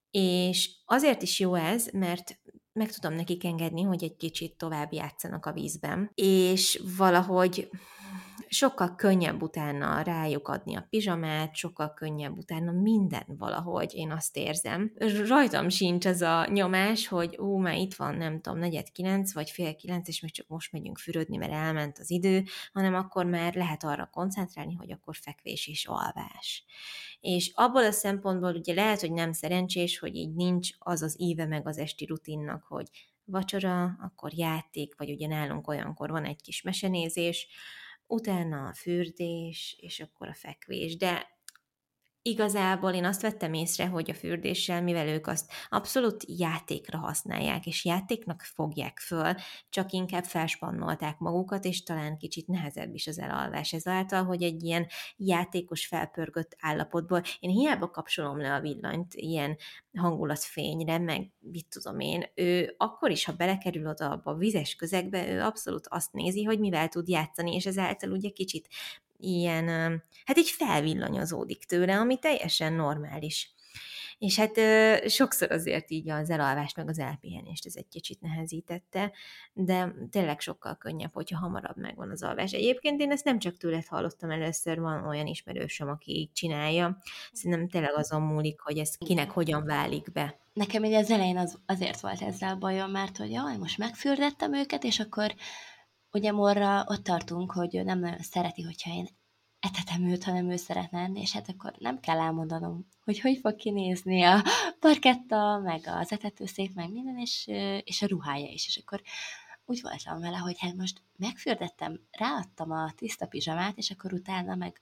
És azért is jó ez, mert meg tudom nekik engedni, hogy egy kicsit tovább játszanak a vízben. És valahogy sokkal könnyebb utána rájuk adni a pizsamát, sokkal könnyebb utána minden valahogy, én azt érzem. Rajtam sincs az a nyomás, hogy ú, már itt van, nem tudom, negyed kilenc, vagy fél kilenc, és még csak most megyünk fürödni, mert elment az idő, hanem akkor már lehet arra koncentrálni, hogy akkor fekvés és alvás. És abból a szempontból ugye lehet, hogy nem szerencsés, hogy így nincs az az íve meg az esti rutinnak, hogy vacsora, akkor játék, vagy ugye nálunk olyankor van egy kis mesenézés, utána a fürdés, és akkor a fekvés. De igazából én azt vettem észre, hogy a fürdéssel, mivel ők azt abszolút játékra használják, és játéknak fogják föl, csak inkább felspannolták magukat, és talán kicsit nehezebb is az elalvás ezáltal, hogy egy ilyen játékos, felpörgött állapotból, én hiába kapcsolom le a villanyt ilyen hangulatfényre, meg mit tudom én, ő akkor is, ha belekerül oda abba a vizes közegbe, ő abszolút azt nézi, hogy mivel tud játszani, és ezáltal ugye kicsit ilyen, hát így felvillanyozódik tőle, ami teljesen normális. És hát sokszor azért így az elalvást, meg az elpihenést ez egy kicsit nehezítette, de tényleg sokkal könnyebb, hogyha hamarabb megvan az alvás. Egyébként én ezt nem csak tőled hallottam először, van olyan ismerősöm, aki így csinálja. Szerintem tényleg azon múlik, hogy ez kinek hogyan válik be. Nekem ugye az elején az, azért volt ezzel bajom, mert hogy jaj, most megfürdettem őket, és akkor ugye Morra ott tartunk, hogy ő nem nagyon szereti, hogyha én etetem őt, hanem ő szeretne enni, és hát akkor nem kell elmondanom, hogy hogy fog kinézni a parketta, meg az etetőszék, meg minden, és, és a ruhája is. És akkor úgy voltam vele, hogy hát most megfürdettem, ráadtam a tiszta pizsamát, és akkor utána meg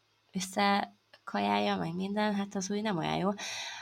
összekajálja, meg minden, hát az úgy nem olyan jó.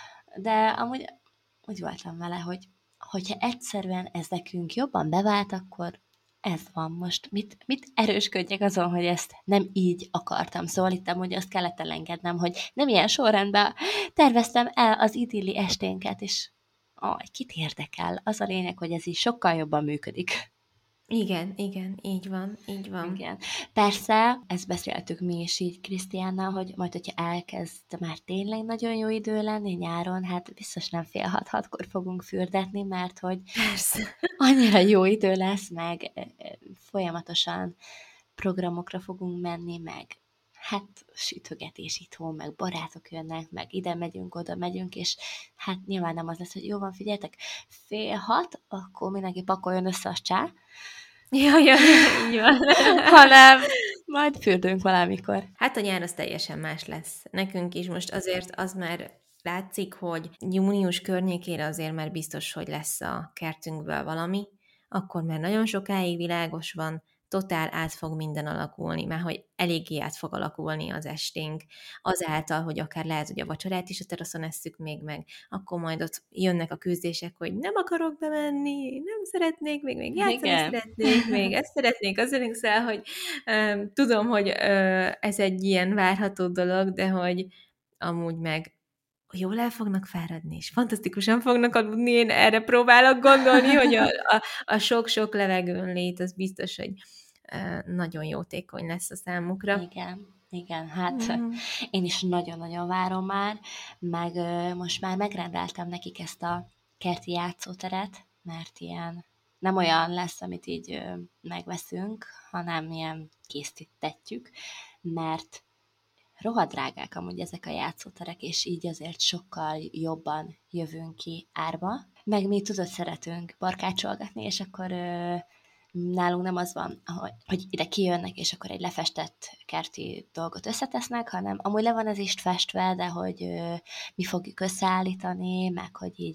De amúgy úgy voltam vele, hogy hogyha egyszerűen ez nekünk jobban bevált, akkor ez van most. Mit, mit erősködjek azon, hogy ezt nem így akartam. Szóval itt amúgy azt kellett elengednem, hogy nem ilyen sorrendben terveztem el az idilli esténket, és aj, kit érdekel? Az a lényeg, hogy ez így sokkal jobban működik. Igen, igen, így van, így van. Igen. Persze, ezt beszéltük mi is így Krisztiánnal, hogy majd, hogyha elkezd már tényleg nagyon jó idő lenni nyáron, hát biztos nem fél hat-hatkor fogunk fürdetni, mert hogy Persze. annyira jó idő lesz, meg folyamatosan programokra fogunk menni, meg hát sütögetés itthon, meg barátok jönnek, meg ide megyünk, oda megyünk, és hát nyilván nem az lesz, hogy jó van, figyeljetek, fél hat, akkor mindenki pakoljon össze a csá, Jaj, jaj, így van. hanem majd fürdünk valamikor. Hát a nyár az teljesen más lesz. Nekünk is most azért az már látszik, hogy június környékére azért már biztos, hogy lesz a kertünkből valami, akkor már nagyon sokáig világos van, totál át fog minden alakulni, már hogy eléggé át fog alakulni az esténk, azáltal, hogy akár lehet, hogy a vacsorát is a teraszon esszük még meg, akkor majd ott jönnek a küzdések, hogy nem akarok bemenni, nem szeretnék, még, még játszani Igen. szeretnék, még ezt szeretnék, az önök szel, hogy um, tudom, hogy uh, ez egy ilyen várható dolog, de hogy amúgy meg jól el fognak fáradni, és fantasztikusan fognak aludni, én erre próbálok gondolni, hogy a, a, a sok-sok levegőn lét, az biztos, hogy uh, nagyon jótékony lesz a számukra. Igen, igen, hát Mm. én is nagyon-nagyon várom már, meg uh, most már megrendeltem nekik ezt a kerti játszóteret, mert ilyen nem olyan lesz, amit így uh, megveszünk, hanem ilyen készítetjük, mert rohadt drágák amúgy ezek a játszóterek, és így azért sokkal jobban jövünk ki árba. Meg mi tudod, szeretünk barkácsolgatni, és akkor ö, nálunk nem az van, hogy, hogy ide kijönnek, és akkor egy lefestett kerti dolgot összetesznek, hanem amúgy le van ez is festve, de hogy ö, mi fogjuk összeállítani, meg hogy így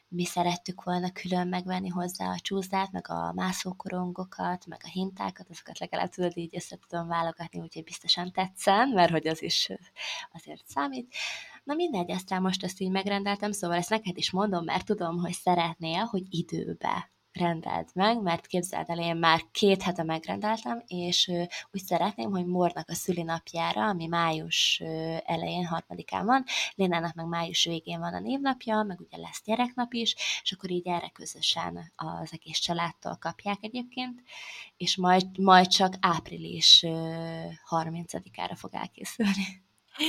mi szerettük volna külön megvenni hozzá a csúszdát, meg a mászókorongokat, meg a hintákat, azokat legalább tudod, így össze tudom válogatni, úgyhogy biztosan tetszen, mert hogy az is azért számít. Na mindegy, aztán most ezt így megrendeltem, szóval ezt neked is mondom, mert tudom, hogy szeretnél, hogy időbe rendeld meg, mert képzeld el, én már két hete megrendeltem, és ö, úgy szeretném, hogy Mornak a szülinapjára, ami május ö, elején, harmadikán van, Lénának meg május végén van a névnapja, meg ugye lesz gyereknap is, és akkor így erre közösen az egész családtól kapják egyébként, és majd, majd csak április ö, harmincadikára fog elkészülni.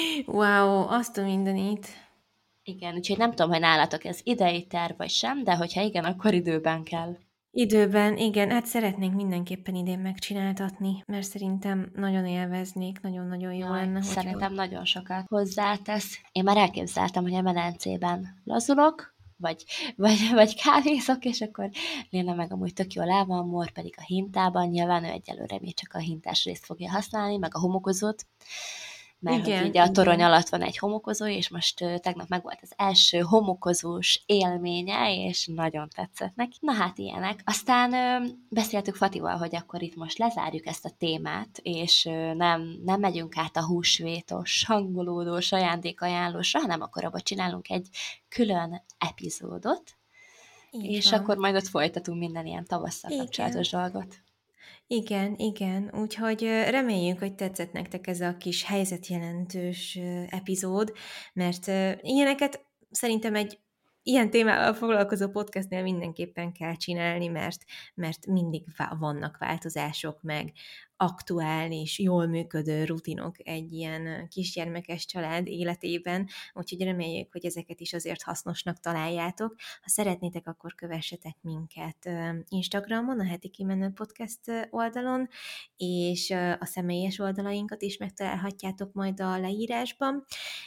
Wow, azt a mindenit. Igen, úgyhogy nem tudom, hogy nálatok ez idei terv vagy sem, de hogyha igen, akkor időben kell. Időben, igen, hát szeretnénk mindenképpen idén megcsináltatni, mert szerintem nagyon élveznék, nagyon-nagyon jó Jaj, lenne, hogyha... szerintem nagyon sokat hozzátesz. Én már elképzeltem, hogy a medencében lazulok, vagy, vagy, vagy kávézok, és akkor Léna meg amúgy tök jól el van, Mór pedig a hintában, nyilván ő egyelőre még csak a hintás részt fogja használni, meg a homokozót, mert hogy Igen, ugye a torony igen. alatt van egy homokozó, és most ö, tegnap meg volt az első homokozós élménye, és nagyon tetszett neki. Na hát ilyenek. Aztán ö, beszéltük Fatival, hogy akkor itt most lezárjuk ezt a témát, és ö, nem, nem megyünk át a húsvétos, hangolódós ajándékajánlósra, hanem akkor abba csinálunk egy külön epizódot, Így és akkor van. majd ott folytatunk minden ilyen tavasszal Igen. kapcsolatos dolgot. Igen, igen. Úgyhogy ö, reméljük, hogy tetszett nektek ez a kis helyzetjelentős ö, epizód, mert ö, ilyeneket szerintem egy ilyen témával foglalkozó podcastnél mindenképpen kell csinálni, mert, mert mindig vá- vannak változások, meg aktuális, jól működő rutinok egy ilyen ö, kisgyermekes család életében, úgyhogy reméljük, hogy ezeket is azért hasznosnak találjátok. Ha szeretnétek, akkor kövessetek minket ö, Instagramon, a Heti Kimenő Podcast ö, oldalon, és ö, a személyes oldalainkat is megtalálhatjátok majd a leírásban,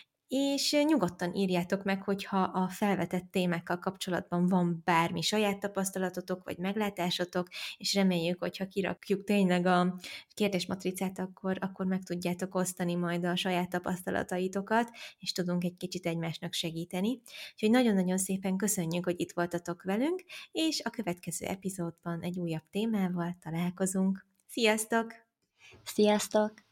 és ö, nyugodtan írjátok meg, hogyha a felvetett témákkal kapcsolatban van bármi saját tapasztalatotok, vagy meglátásotok, és reméljük, hogyha kirakjuk tényleg a kérdésmatricát, akkor, akkor meg tudjátok osztani majd a saját tapasztalataitokat, és tudunk egy kicsit egymásnak segíteni. Úgyhogy nagyon-nagyon szépen köszönjük, hogy itt voltatok velünk, és a következő epizódban egy újabb témával találkozunk. Sziasztok! Sziasztok!